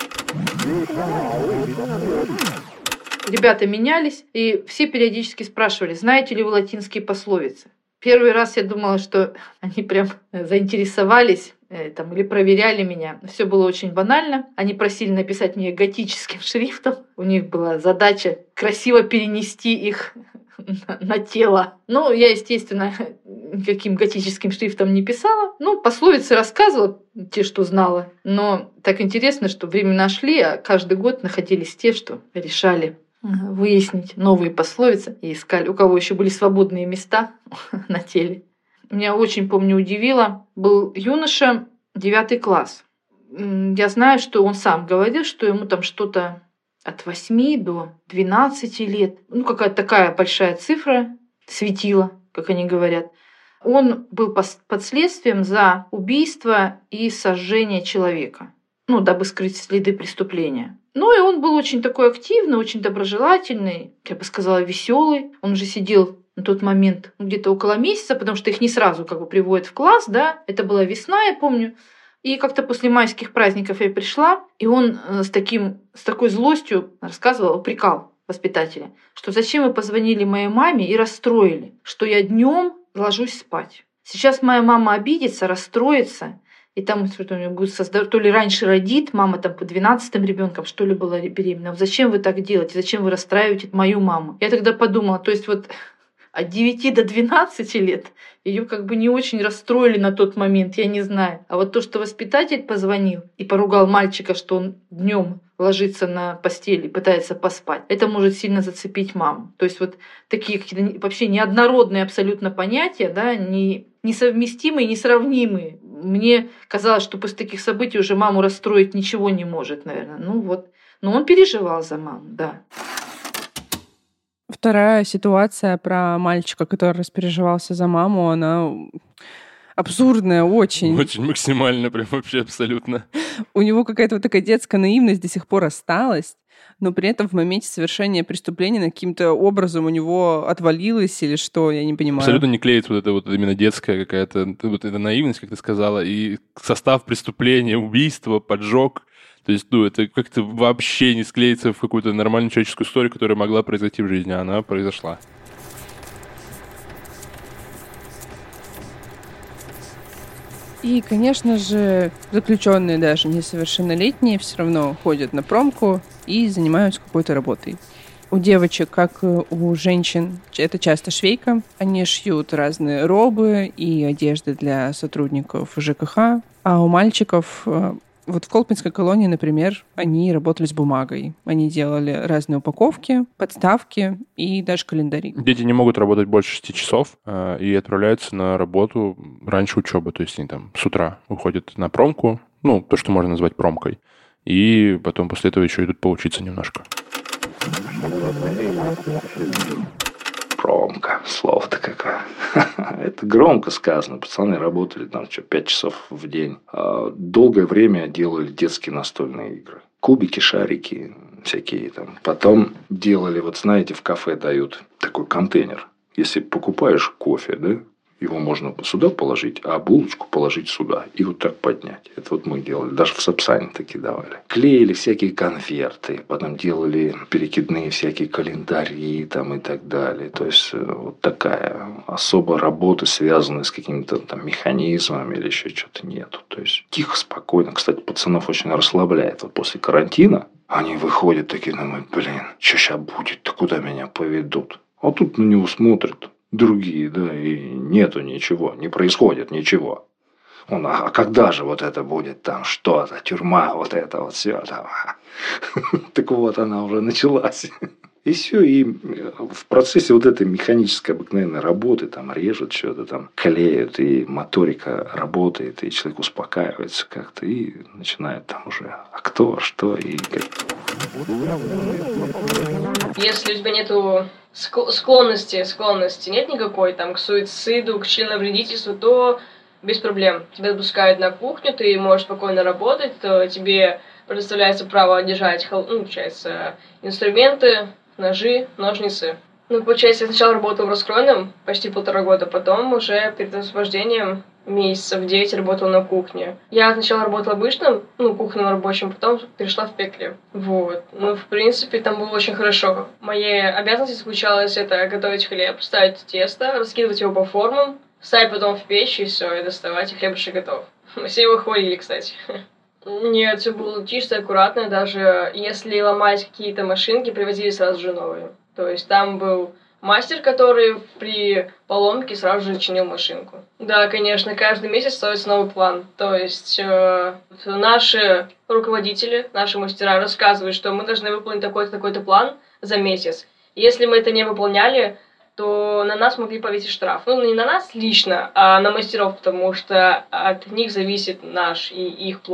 E: Ребята менялись, и все периодически спрашивали, знаете ли вы латинские пословицы. Первый раз я думала, что они прям заинтересовались или проверяли меня. Все было очень банально. Они просили написать мне готическим шрифтом. У них была задача красиво перенести их на тело. Я, естественно, никаким готическим шрифтом не писала. Пословицы рассказывала, те, что знала. Но так интересно, что времена шли, а каждый год находились те, что решали выяснить новые пословицы и искали, у кого еще были свободные места на теле. Меня очень, помню, удивило. Был юноша, 9 класс. Я знаю, что он сам говорил, что ему там что-то от 8 до 12 лет. Какая-то такая большая цифра, светила, как они говорят. Он был под следствием за убийство и сожжение человека, дабы скрыть следы преступления. Ну и он был очень такой активный, очень доброжелательный, я бы сказала, веселый. Он уже сидел на тот момент где-то около месяца, потому что их не сразу приводят в класс, да. Это была весна, я помню. И как-то после майских праздников я пришла, и он с такой злостью рассказывал, упрекал воспитателя, что зачем вы позвонили моей маме и расстроили, что я днем ложусь спать. Сейчас моя мама обидится, расстроится, и там что-то у нее будет создавать, то ли раньше родит, мама там по 12-м ребенком, что ли, была беременна. Зачем вы так делаете? Зачем вы расстраиваете мою маму? Я тогда подумала, то есть от 9 до 12 лет ее не очень расстроили на тот момент, я не знаю. А вот то, что воспитатель позвонил и поругал мальчика, что он днем ложится на постели, пытается поспать, это может сильно зацепить маму. То есть такие какие-то вообще неоднородные абсолютно понятия, да, несовместимые, несравнимые. Мне казалось, что после таких событий уже маму расстроить ничего не может, наверное. Но он переживал за маму, да.
A: Вторая ситуация про мальчика, который распереживался за маму, она абсурдная очень.
B: Очень максимально, прям вообще абсолютно.
A: У него какая-то такая детская наивность до сих пор осталась, но при этом в моменте совершения преступления каким-то образом у него отвалилось или что, я не понимаю.
B: Абсолютно не клеится эта именно детская какая-то эта наивность, как ты сказала, и состав преступления, убийство, поджог. То есть, это как-то вообще не склеится в какую-то нормальную человеческую историю, которая могла произойти в жизни, а она произошла.
A: И, конечно же, заключенные, даже несовершеннолетние, все равно ходят на промку и занимаются какой-то работой. У девочек, как у женщин, это часто швейка. Они шьют разные робы и одежды для сотрудников ЖКХ. А у мальчиков... в Колпинской колонии, например, они работали с бумагой. Они делали разные упаковки, подставки и даже календари.
B: Дети не могут работать больше 6 часов и отправляются на работу раньше учебы. То есть они с утра уходят на промку, то, что можно назвать промкой, и потом после этого еще идут поучиться немножко.
D: Промка, слово-то какое. Это громко сказано. Пацаны работали 5 часов в день. Долгое время делали детские настольные игры. Кубики, шарики, всякие там. Потом делали, знаете, в кафе дают такой контейнер. Если покупаешь кофе, да, его можно сюда положить, а булочку положить сюда. И так поднять. Это мы делали. Даже в Сапсане такие давали. Клеили всякие конверты. Потом делали перекидные всякие календари и так далее. То есть, такая особо работа, связанная с какими-то механизмами или еще что-то нету. То есть, тихо, спокойно. Кстати, пацанов очень расслабляет. После карантина они выходят такие, думают, что сейчас будет-то, куда меня поведут? А тут на него смотрят другие, да, и нету ничего, не происходит ничего. А когда же это будет что-то, тюрьма, это все там. Так она уже началась. И все, и в процессе этой механической обыкновенной работы режут что-то, клеют, и моторика работает, и человек успокаивается как-то, и начинает уже, а кто, что, и как.
C: Если у тебя нету склонности нет никакой к суициду, к членовредительству, то без проблем. Тебя допускают на кухню, ты можешь спокойно работать, то тебе предоставляется право держать, инструменты, ножи, ножницы. Получается, я сначала работала в раскроенном почти 1,5 года, потом уже перед освобождением месяцев 9 работала на кухне. Я сначала работала обычным, кухонным рабочим, потом перешла в пекле. В принципе, там было очень хорошо. Моей обязанностью заключалось это готовить хлеб, ставить тесто, раскидывать его по формам, ставить потом в печь, и все, и доставать, и хлеб уже готов. Все его хвалили, кстати. Нет, все было чисто, аккуратно, даже если ломались какие-то машинки, привозили сразу же новые. То есть там был мастер, который при поломке сразу же чинил машинку. Да, конечно, каждый месяц строится новый план. То есть наши руководители, наши мастера рассказывают, что мы должны выполнить такой-то, такой-то план за месяц. Если мы это не выполняли, то на нас могли повесить штраф. Не на нас лично, а на мастеров, потому что от них зависит наш и их план.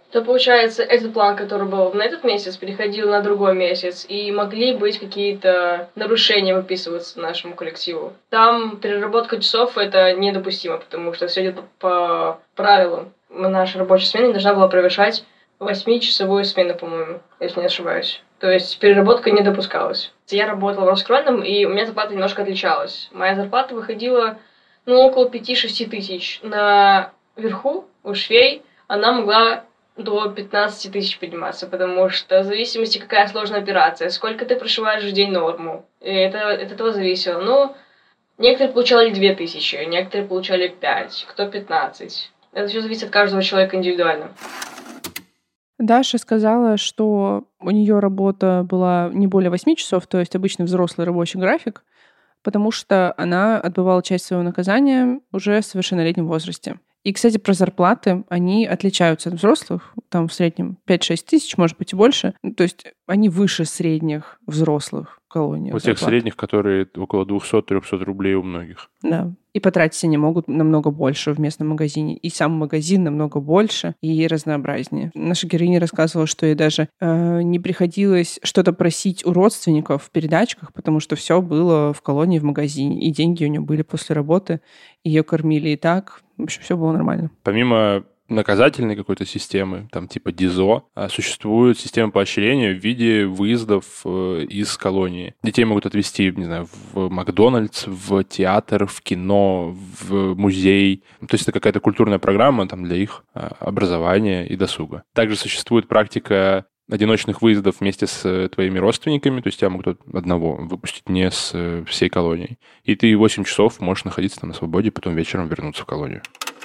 C: то, получается, этот план, который был на этот месяц, переходил на другой месяц, и могли быть какие-то нарушения выписываться нашему коллективу. Там переработка часов — это недопустимо, потому что все идет по правилам. Наша рабочая смена не должна была превышать 8-часовую смену, по-моему, если не ошибаюсь. То есть переработка не допускалась. Я работала в Роскроном, и у меня зарплата немножко отличалась. Моя зарплата выходила, около 5-6 тысяч. Наверху, у швей, она могла до 15 тысяч подниматься, потому что в зависимости, какая сложная операция, сколько ты прошиваешь в день норму, и это от этого зависело. Но некоторые получали 2000, некоторые получали 5, кто 15. Это все зависит от каждого человека индивидуально.
A: Даша сказала, что у нее работа была не более 8 часов, то есть обычный взрослый рабочий график, потому что она отбывала часть своего наказания уже в совершеннолетнем возрасте. И, кстати, про зарплаты, они отличаются от взрослых, там в среднем 5-6 тысяч, может быть, и больше. То есть они выше средних взрослых в колонии.
B: Вот тех средних, которые около 200-300 рублей у многих.
A: Да. И потратить они могут намного больше в местном магазине. И сам магазин намного больше и разнообразнее. Наша героиня рассказывала, что ей даже не приходилось что-то просить у родственников в передачках, потому что все было в колонии, в магазине. И деньги у нее были после работы. Ее кормили и так. В общем, все было нормально.
B: Помимо наказательной какой-то системы, там типа ДИЗО, существует система поощрения в виде выездов из колонии. Детей могут отвезти, не знаю, в Макдональдс, в театр, в кино, в музей. То есть это какая-то культурная программа там для их образования и досуга. Также существует практика одиночных выездов вместе с твоими родственниками, то есть тебя могут одного выпустить не с всей колонией. И ты 8 часов можешь находиться там на свободе, потом вечером вернуться в колонию.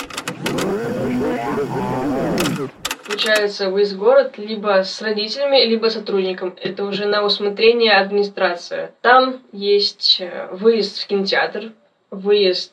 C: Получается, выезд в город либо с родителями, либо сотрудником. Это уже на усмотрение администрации. Там есть выезд в кинотеатр, выезд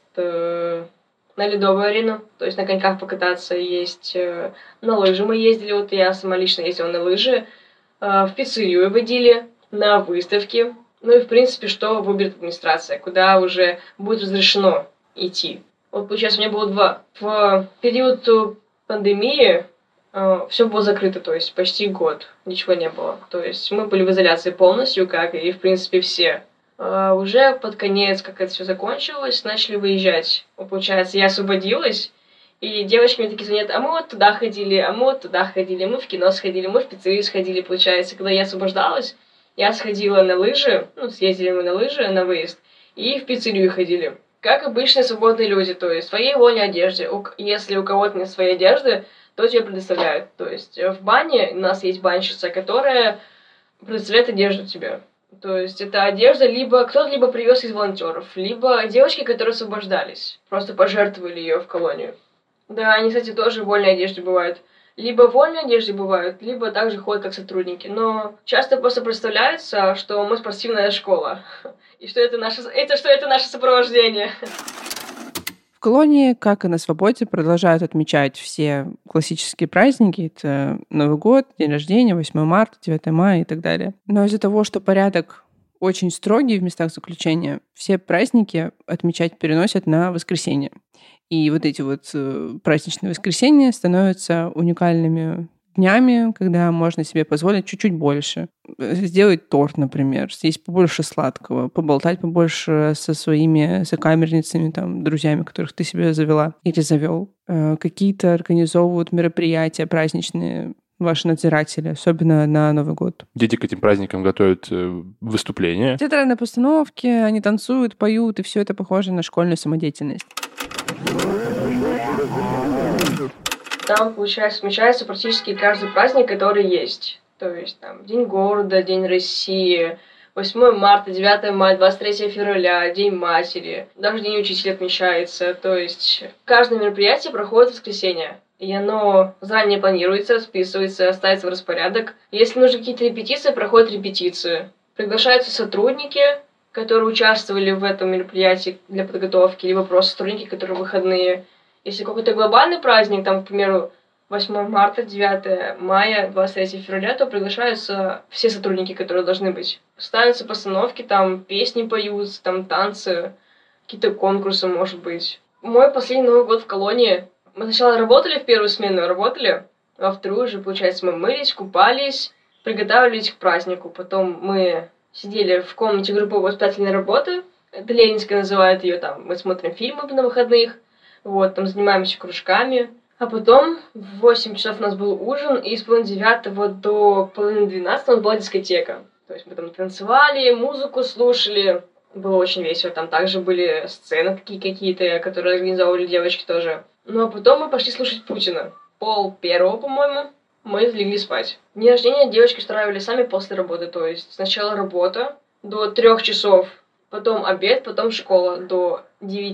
C: на ледовую арену, то есть на коньках покататься, есть на лыжи мы ездили, вот я сама лично ездила на лыжи, в пиццерию водили, на выставки, ну и в принципе, что выберет администрация, куда уже будет разрешено идти. Вот получается, у меня было 2. В период пандемии все было закрыто, то есть почти год ничего не было. То есть мы были в изоляции полностью, как и в принципе все. Уже под конец, как это все закончилось, начали выезжать. Получается, я освободилась, и девочки мне такие звонят: а мы вот туда ходили, а мы вот туда ходили, мы в кино сходили, мы в пиццерию сходили. Получается, когда я освобождалась, я сходила на лыжи, съездили мы на лыжи, на выезд, и в пиццерию ходили. Как обычные свободные люди, то есть в своей вольной одежде. Если у кого-то нет своей одежды, то тебе предоставляют. То есть в бане у нас есть банщица, которая предоставляет одежду тебе. То есть это одежда кто-то либо привез из волонтеров, либо девочки, которые освобождались, просто пожертвовали ее в колонию. Да, они, кстати, тоже в вольной одежде бывают. Либо в вольной одежде бывают, либо также ходят как сотрудники. Но часто просто представляется, что мы спортивная школа, и что это наше сопровождение.
A: В колонии, как и на свободе, продолжают отмечать все классические праздники. Это Новый год, день рождения, 8 марта, 9 мая и так далее. Но из-за того, что порядок очень строгий в местах заключения, все праздники отмечать переносят на воскресенье. И вот эти вот праздничные воскресенья становятся уникальными днями, когда можно себе позволить чуть-чуть больше. Сделать торт, например, съесть побольше сладкого, поболтать побольше со своими сокамерницами, там, друзьями, которых ты себе завела или завел. Какие-то организовывают мероприятия праздничные, ваши надзиратели, особенно на Новый год.
B: Дети к этим праздникам готовят выступления.
A: Театральные постановки, они танцуют, поют, и все это похоже на школьную самодеятельность.
C: Там, получается, отмечается практически каждый праздник, который есть. То есть там День города, День России, 8 марта, 9 мая, 23 февраля, День матери, даже День учителя отмечается. То есть каждое мероприятие проходит в воскресенье. И оно заранее планируется, списывается, ставится в распорядок. Если нужны какие-то репетиции, проходят репетиции. Приглашаются сотрудники, которые участвовали в этом мероприятии для подготовки, либо просто сотрудники, которые выходные. Если какой-то глобальный праздник, там, к примеру, 8 марта, 9 мая, 23 февраля, то приглашаются все сотрудники, которые должны быть. Ставятся постановки, там песни поются, там танцы, какие-то конкурсы, может быть. Мой последний Новый год в колонии. Мы сначала работали в первую смену, Во вторую же, получается, мы мылись, купались, приготавливались к празднику. Потом мы сидели в комнате групповой воспитательной работы. Это Ленинская называют ее, там мы смотрим фильмы на выходных, вот, там занимаемся кружками. А потом в 8 часов у нас был ужин, и с 8:30 до 11:30 у нас была дискотека. То есть мы там танцевали, музыку слушали. Было очень весело. Там также были сцены какие-то, которые организовывали девочки тоже. Ну а потом мы пошли слушать Путина. 12:30, по-моему, мы легли спать. Дни рождения девочки устраивали сами после работы. То есть сначала работа до 3 часов, потом обед, потом школа до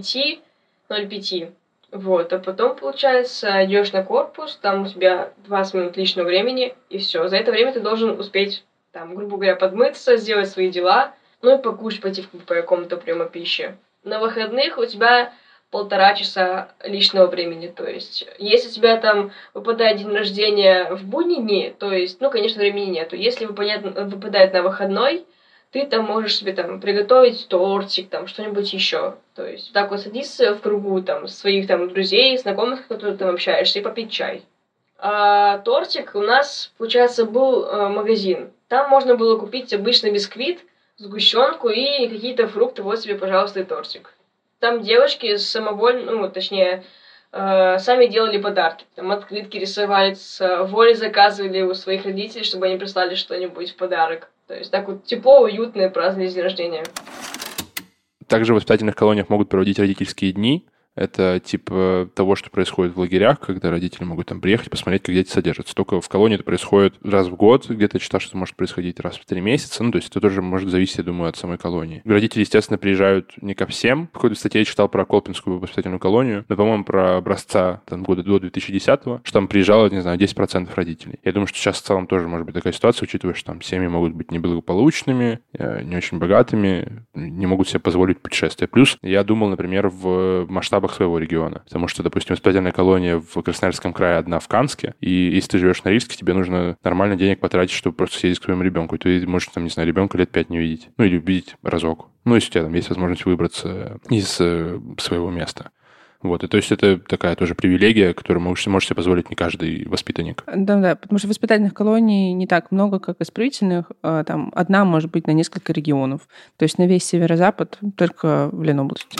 C: 9:05. Вот, а потом, получается, идешь на корпус, там у тебя 20 минут личного времени, и все. За это время ты должен успеть, там, грубо говоря, подмыться, сделать свои дела, ну и покушать, пойти в комнату приема пищи. На выходных у тебя 1,5 часа личного времени, то есть, если у тебя там выпадает день рождения в будние дни, то есть, ну, конечно, времени нету. Если выпадает на выходной, ты там можешь себе там приготовить тортик, там что-нибудь еще. То есть так вот садиться в кругу там своих там друзей, знакомых, с которыми ты там общаешься, и попить чай. А тортик у нас, получается, был магазин. Там можно было купить обычный бисквит, сгущенку и какие-то фрукты. Вот себе, пожалуйста, и тортик. Там девочки самовольно, ну, точнее, сами делали подарки. Там открытки рисовали, с воли заказывали у своих родителей, чтобы они прислали что-нибудь в подарок. То есть так вот тепло, уютно и праздновали день рождения.
B: Также в воспитательных колониях могут проводить родительские дни. Это типа того, что происходит в лагерях, когда родители могут там приехать, посмотреть, как дети содержатся. Только в колонии это происходит раз в год, где-то я читал, что это может происходить раз в 3 месяца. Ну, то есть это тоже может зависеть, я думаю, от самой колонии. Родители, естественно, приезжают не ко всем. В какой-то статье я читал про Колпинскую воспитательную колонию, но, по-моему, про образца там, года до 2010-го, что там приезжало, не знаю, 10% родителей. Я думаю, что сейчас в целом тоже может быть такая ситуация, учитывая, что там семьи могут быть неблагополучными, не очень богатыми, не могут себе позволить путешествия. Плюс я думал, например, в масштабах своего региона. Потому что, допустим, воспитательная колония в Красноярском крае одна в Канске, и если ты живешь на Рильске, тебе нужно нормально денег потратить, чтобы просто съездить к своему ребенку. И ты можешь, там, не знаю, ребенка лет 5 не видеть. Ну, или увидеть разок. Ну, если у тебя там есть возможность выбраться из своего места. Вот, и то есть это такая тоже привилегия, которую может себе позволить не каждый воспитанник.
A: Да, потому что воспитательных колоний не так много, как исправительных. Там одна может быть на несколько регионов. То есть на весь северо-запад только в Ленобласти.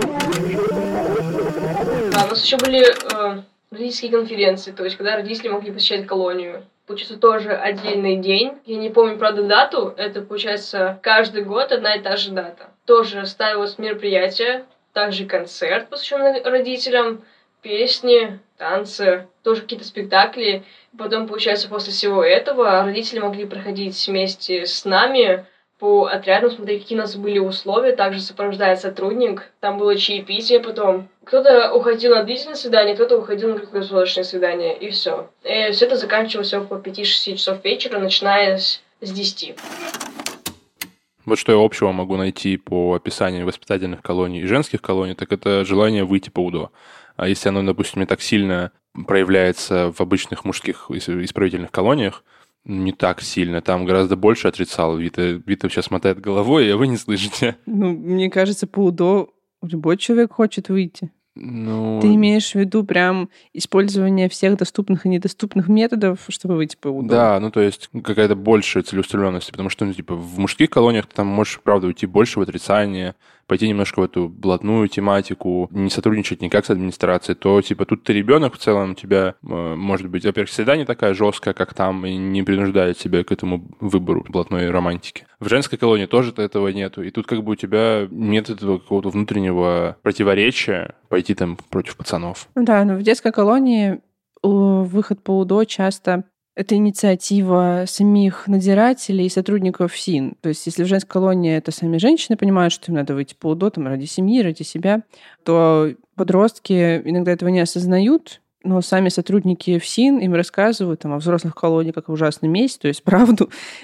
C: Да, у нас еще были родительские конференции, то есть когда родители могли посещать колонию. Получается, тоже отдельный день. Я не помню, правда, дату. Это, получается, каждый год одна и та же дата. Тоже ставилось мероприятие, также концерт, посвященный родителям, песни, танцы, тоже какие-то спектакли. Потом, получается, после всего этого родители могли проходить вместе с нами по отрядам, смотреть, какие у нас были условия. Также сопровождает сотрудник. Там было чаепитие потом. Кто-то уходил на длительное свидание, кто-то уходил на круглосуточное свидание, и все. И все это заканчивалось около 5-6 часов вечера, начиная с 10.
B: Вот что я общего могу найти по описанию воспитательных колоний и женских колоний, так это желание выйти по УДО. А если оно, допустим, не так сильно проявляется в обычных мужских исправительных колониях, не так сильно, там гораздо больше отрицал. Вита сейчас мотает головой, а вы не слышите.
A: Ну, мне кажется, по УДО любой человек хочет выйти.
B: Ну...
A: Ты имеешь в виду прям использование всех доступных и недоступных методов, чтобы выйти по УДО?
B: Да, ну то есть какая-то большая целеустремленность, потому что, ну, типа, в мужских колониях ты там можешь, правда, уйти больше в отрицание, пойти немножко в эту блатную тематику, не сотрудничать никак с администрацией, то, типа, тут ты ребенок в целом, у тебя, может быть, во-первых, среда не такая жесткая, как там, и не принуждает тебя к этому выбору блатной романтики. В женской колонии тоже этого нету, и тут как бы у тебя нет этого какого-то внутреннего противоречия пойти там против пацанов.
A: Да, но в детской колонии выход по УДО часто это инициатива самих надзирателей и сотрудников СИН. То есть если в женской колонии это сами женщины понимают, что им надо выйти по УДО там, ради семьи, ради себя, то подростки иногда этого не осознают, но сами сотрудники ФСИН им рассказывают там, о взрослых колониях как о ужасном месте, то есть правду.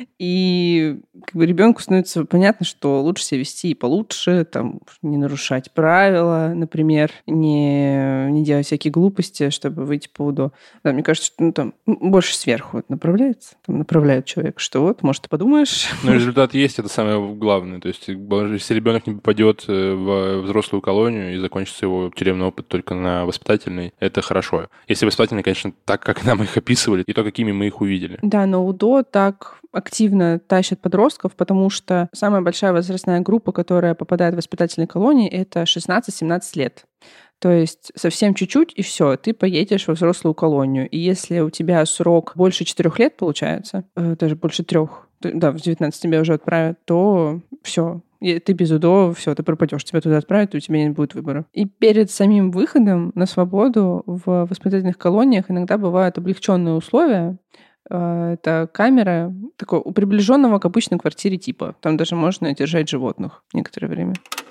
A: И как бы ребенку становится понятно, что лучше себя вести и получше, там, не нарушать правила, например, не делать всякие глупости, чтобы выйти по УДО. Да, мне кажется, что там больше сверху направляется, там направляют человека, что вот, может, ты подумаешь.
B: Но результат есть, это самое главное. То есть если ребенок не попадет в взрослую колонию и закончится его тюремный опыт только на воспитательной, это хорошо. если воспитательные, конечно, так, как нам их описывали, и то, какими мы их увидели.
A: Да, но УДО так активно тащит подростков, потому что самая большая возрастная группа, которая попадает в воспитательные колонии, это 16-17 лет. То есть совсем чуть-чуть, и все, ты поедешь во взрослую колонию. И если у тебя срок больше 4 лет, получается, даже больше 3, да, в 19 тебя уже отправят, то все, ты без УДО, все, ты пропадешь, тебя туда отправят, и у тебя не будет выбора. И перед самим выходом на свободу в воспитательных колониях иногда бывают облегченные условия. Это камера такого приближенного к обычной квартире типа. Там даже можно держать животных некоторое время.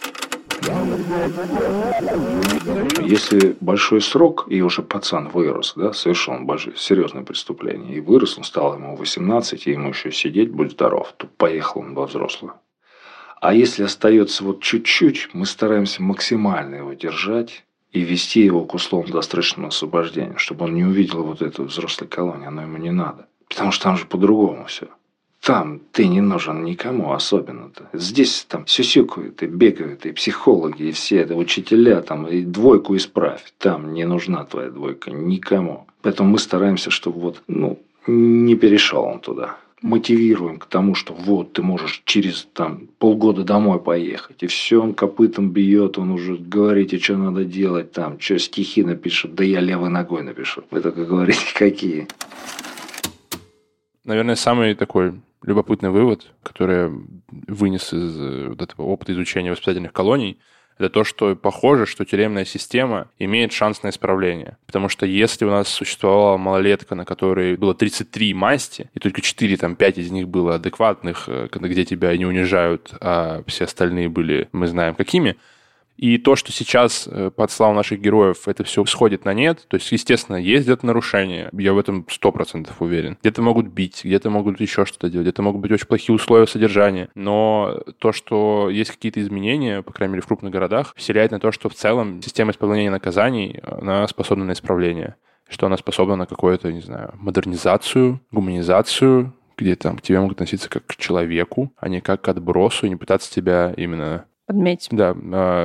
D: Если большой срок, и уже пацан вырос, да, совершил большое, серьезное преступление, и вырос, он стал ему 18, и ему еще сидеть, будь здоров, то поехал он во взрослую. А если остается вот чуть-чуть, мы стараемся максимально его держать и вести его к условно-досрочному освобождению, чтобы он не увидел вот эту взрослой колонии, оно ему не надо. Потому что там же по-другому все. Там ты не нужен никому особенно-то. Здесь там сюсюкают и бегают, и психологи, и все это учителя, там, и двойку исправь. Там не нужна твоя двойка никому. Поэтому мы стараемся, чтобы вот, не перешел он туда. Мотивируем к тому, что вот ты можешь через там полгода домой поехать. И все, он копытом бьет, он уже говорите, что надо делать, там, что стихи напишет, да я левой ногой напишу. Вы только говорите, какие.
B: Наверное, самый такой любопытный вывод, который я вынес из вот этого опыта изучения воспитательных колоний, это то, что похоже, что тюремная система имеет шанс на исправление. Потому что если у нас существовала малолетка, на которой было 33 масти, и только 4-5 из них было адекватных, где тебя не унижают, а все остальные были, мы знаем, какими, и то, что сейчас под славу наших героев это все сходит на нет, то есть, естественно, есть где-то нарушения, я в этом 100% уверен. Где-то могут бить, где-то могут еще что-то делать, где-то могут быть очень плохие условия содержания. Но то, что есть какие-то изменения, по крайней мере, в крупных городах, вселяет на то, что в целом система исполнения наказаний, она способна на исправление. Что она способна на какую-то, не знаю, модернизацию, гуманизацию, где там к тебе могут относиться как к человеку, а не как к отбросу, и не пытаться тебя именно...
A: Подметь.
B: Да,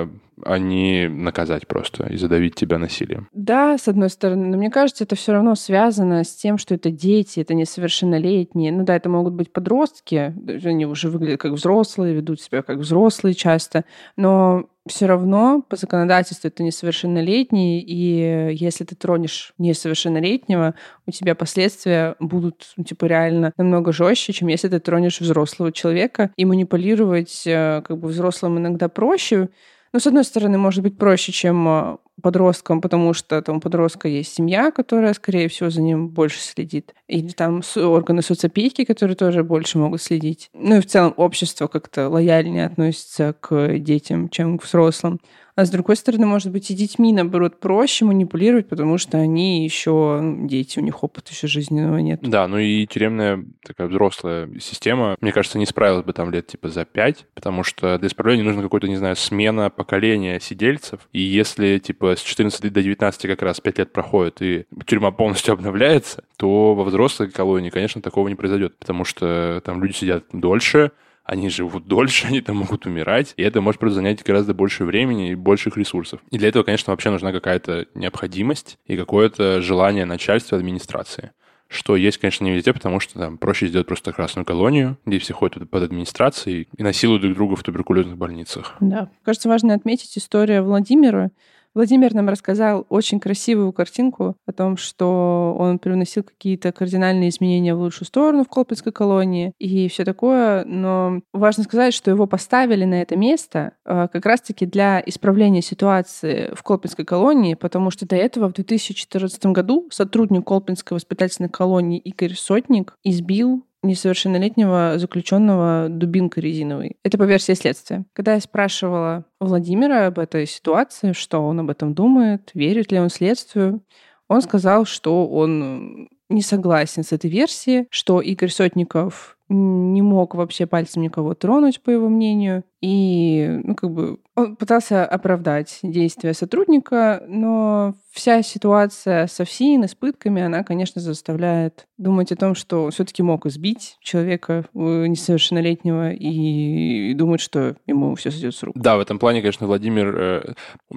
B: а не наказать просто и задавить тебя насилием.
A: Да, с одной стороны, но мне кажется, это все равно связано с тем, что это дети, это несовершеннолетние. Ну да, это могут быть подростки, они уже выглядят как взрослые, ведут себя как взрослые часто, но все равно по законодательству это несовершеннолетние, и если ты тронешь несовершеннолетнего, у тебя последствия будут, реально намного жестче, чем если ты тронешь взрослого человека, и манипулировать взрослым иногда проще. Ну, с одной стороны, может быть проще, чем подросткам, потому что там у подростка есть семья, которая, скорее всего, за ним больше следит. Или там органы соцопеки, которые тоже больше могут следить. Ну и в целом общество как-то лояльнее относится к детям, чем к взрослым. А с другой стороны, может быть, и детьми, наоборот, проще манипулировать, потому что они еще дети, у них опыта еще жизненного нет.
B: Да, ну и тюремная такая взрослая система, мне кажется, не справилась бы там лет за 5, потому что для исправления нужно какое-то, не знаю, смена поколения сидельцев. И если с 14 до 19 как раз 5 лет проходит, и тюрьма полностью обновляется, то во взрослой колонии, конечно, такого не произойдет, потому что там люди сидят дольше, они живут дольше, они там могут умирать, и это может просто занять гораздо больше времени и больших ресурсов. И для этого, конечно, вообще нужна какая-то необходимость и какое-то желание начальства, администрации. Что есть, конечно, не везде, потому что там проще сделать просто красную колонию, где все ходят под администрацией и насилуют друг друга в туберкулезных больницах.
A: Да. Кажется, важно отметить историю Владимира. Владимир нам рассказал очень красивую картинку о том, что он привносил какие-то кардинальные изменения в лучшую сторону в Колпинской колонии и все такое, но важно сказать, что его поставили на это место как раз-таки для исправления ситуации в Колпинской колонии, потому что до этого в 2014 году сотрудник Колпинской воспитательной колонии Игорь Сотник избил несовершеннолетнего заключенного дубинкой резиновой. Это по версии следствия. Когда я спрашивала Владимира об этой ситуации, что он об этом думает, верит ли он следствию, он сказал, что он не согласен с этой версией, что Игорь Сотников не мог вообще пальцем никого тронуть, по его мнению. И, он пытался оправдать действия сотрудника, но вся ситуация со ФСИН и с пытками, она, конечно, заставляет думать о том, что он все-таки мог избить человека несовершеннолетнего и думать, что ему все сойдет с рук.
B: Да, в этом плане, конечно, Владимир,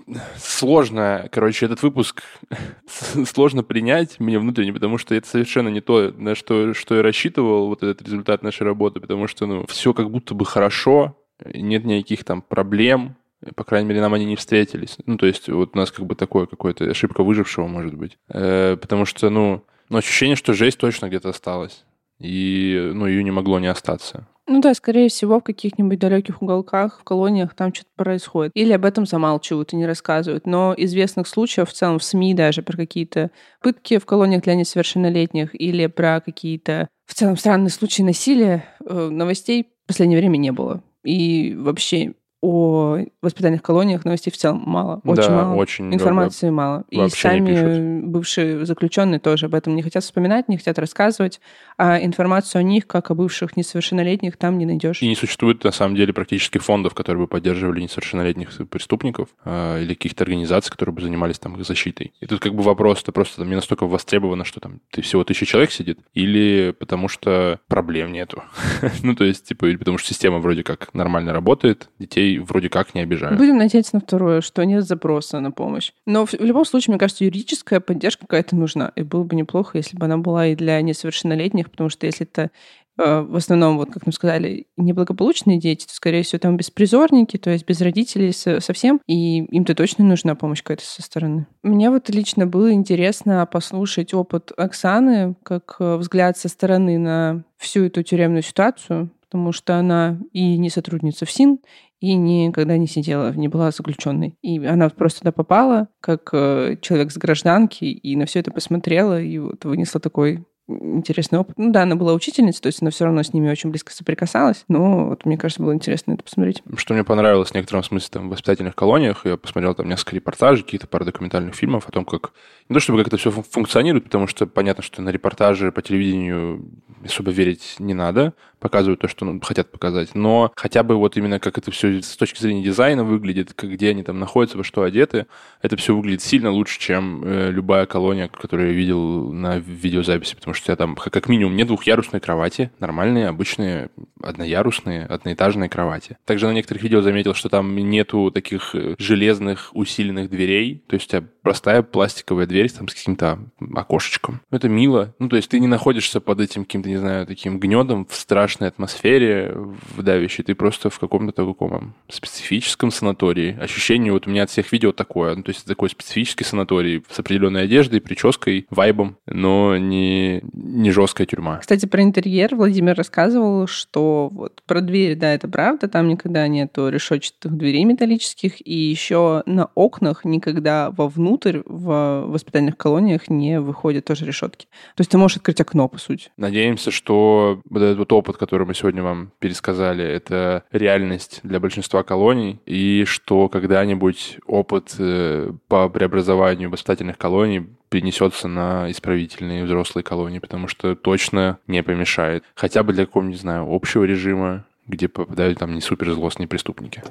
B: сложно, этот выпуск сложно принять мне внутренне, потому что это совершенно не то, на что я рассчитывал, вот этот результат нашей работы, потому что, все как будто бы хорошо, нет никаких там проблем, по крайней мере, нам они не встретились. То есть вот у нас такое какое-то ошибка выжившего, может быть. Потому что, ощущение, что жесть точно где-то осталась. И, ее не могло не остаться.
A: Да, скорее всего, в каких-нибудь далеких уголках, в колониях там что-то происходит. Или об этом замалчивают и не рассказывают. Но известных случаев в целом в СМИ даже про какие-то пытки в колониях для несовершеннолетних или про какие-то в целом странные случаи насилия новостей в последнее время не было. И вообще о воспитательных колониях новостей в целом мало. Очень мало.
B: Очень
A: информации мало. И сами бывшие заключенные тоже об этом не хотят вспоминать, не хотят рассказывать. А информацию о них, как о бывших несовершеннолетних, там не найдешь.
B: И не существует, на самом деле, практически фондов, которые бы поддерживали несовершеннолетних преступников или каких-то организаций, которые бы занимались там их защитой. И тут вопрос, это просто не настолько востребовано, что там всего 1000 человек сидит, или потому что проблем нету. Или потому что система вроде как нормально работает, детей вроде как не обижают.
A: Будем надеяться на второе, что нет запроса на помощь. Но в любом случае, мне кажется, юридическая поддержка какая-то нужна. И было бы неплохо, если бы она была и для несовершеннолетних, потому что если это в основном, как нам сказали, неблагополучные дети, то, скорее всего, там беспризорники, то есть без родителей совсем, и им-то точно нужна помощь какая-то со стороны. Мне лично было интересно послушать опыт Оксаны, как взгляд со стороны на всю эту тюремную ситуацию, потому что она и не сотрудница ФСИН, и никогда не сидела, не была заключенной. И она просто туда попала, как человек с гражданки, и на все это посмотрела, и вынесла такой интересный опыт. Она была учительницей, то есть она все равно с ними очень близко соприкасалась, но мне кажется, было интересно это посмотреть.
B: Что мне понравилось в некотором смысле в воспитательных колониях, я посмотрел там несколько репортажей, какие-то пару документальных фильмов о том, как... Не то чтобы как это все функционирует, потому что понятно, что на репортажи по телевидению особо верить не надо, показывают то, что хотят показать, но хотя бы именно как это все с точки зрения дизайна выглядит, где они там находятся, во что одеты, это все выглядит сильно лучше, чем любая колония, которую я видел на видеозаписи, потому что у тебя там как минимум нет двухъярусной кровати, нормальные, обычные, одноярусные, одноэтажные кровати. Также на некоторых видео заметил, что там нету таких железных усиленных дверей, то есть у тебя простая пластиковая дверь там с каким-то окошечком. Это мило. То есть ты не находишься под этим каким-то, не знаю, таким гнетом в страшной атмосфере, в давящей. Ты просто в каком-то таком специфическом санатории. Ощущение у меня от всех видео такое. То есть это такой специфический санаторий с определенной одеждой, прической, вайбом, но не жесткая тюрьма.
A: Кстати, про интерьер Владимир рассказывал, что про дверь, да, это правда, там никогда нету решетчатых дверей металлических, и еще на окнах никогда вовнутрь в воспитательных колониях не выходят тоже решетки. То есть ты можешь открыть окно, по сути.
B: Надеемся, что этот опыт, который мы сегодня вам пересказали, это реальность для большинства колоний, и что когда-нибудь опыт по преобразованию воспитательных колоний перенесется на исправительные взрослые колонии, потому что точно не помешает. Хотя бы для какого-нибудь, не знаю, общего режима, где попадают там не суперзлостные преступники.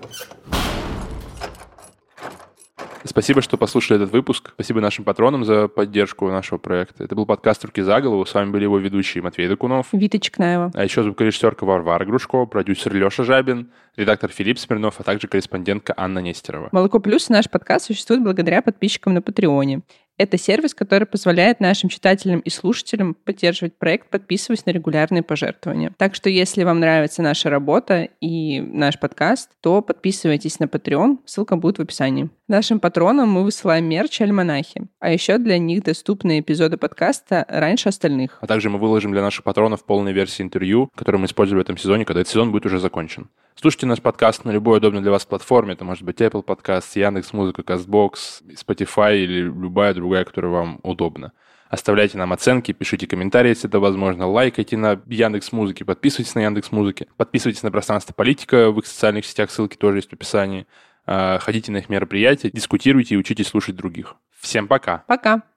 B: Спасибо, что послушали этот выпуск. Спасибо нашим патронам за поддержку нашего проекта. Это был подкаст «Руки за голову». С вами были его ведущие Матвей Докунов,
A: Вита Чекнаева.
B: А еще звукорежиссерка Варвара Грушко, продюсер Леша Жабин, редактор Филипп Смирнов, а также корреспондентка Анна Нестерова.
A: «Молоко плюс» наш подкаст существует благодаря подписчикам на Патреоне. Это сервис, который позволяет нашим читателям и слушателям поддерживать проект, подписываясь на регулярные пожертвования. Так что, если вам нравится наша работа и наш подкаст, то подписывайтесь на Patreon, ссылка будет в описании. Нашим патронам мы высылаем мерч и альманахи, а еще для них доступны эпизоды подкаста раньше остальных.
B: А также мы выложим для наших патронов полные версии интервью, которые мы используем в этом сезоне, когда этот сезон будет уже закончен. Слушайте наш подкаст на любой удобной для вас платформе. Это может быть Apple Podcast, Яндекс.Музыка, Castbox, Spotify или любая другая, которая вам удобна. Оставляйте нам оценки, пишите комментарии, если это возможно, лайкайте на Яндекс.Музыке, подписывайтесь на Яндекс.Музыке, подписывайтесь на пространство политика в их социальных сетях, ссылки тоже есть в описании. Ходите на их мероприятия, дискутируйте и учитесь слушать других. Всем пока!
A: Пока!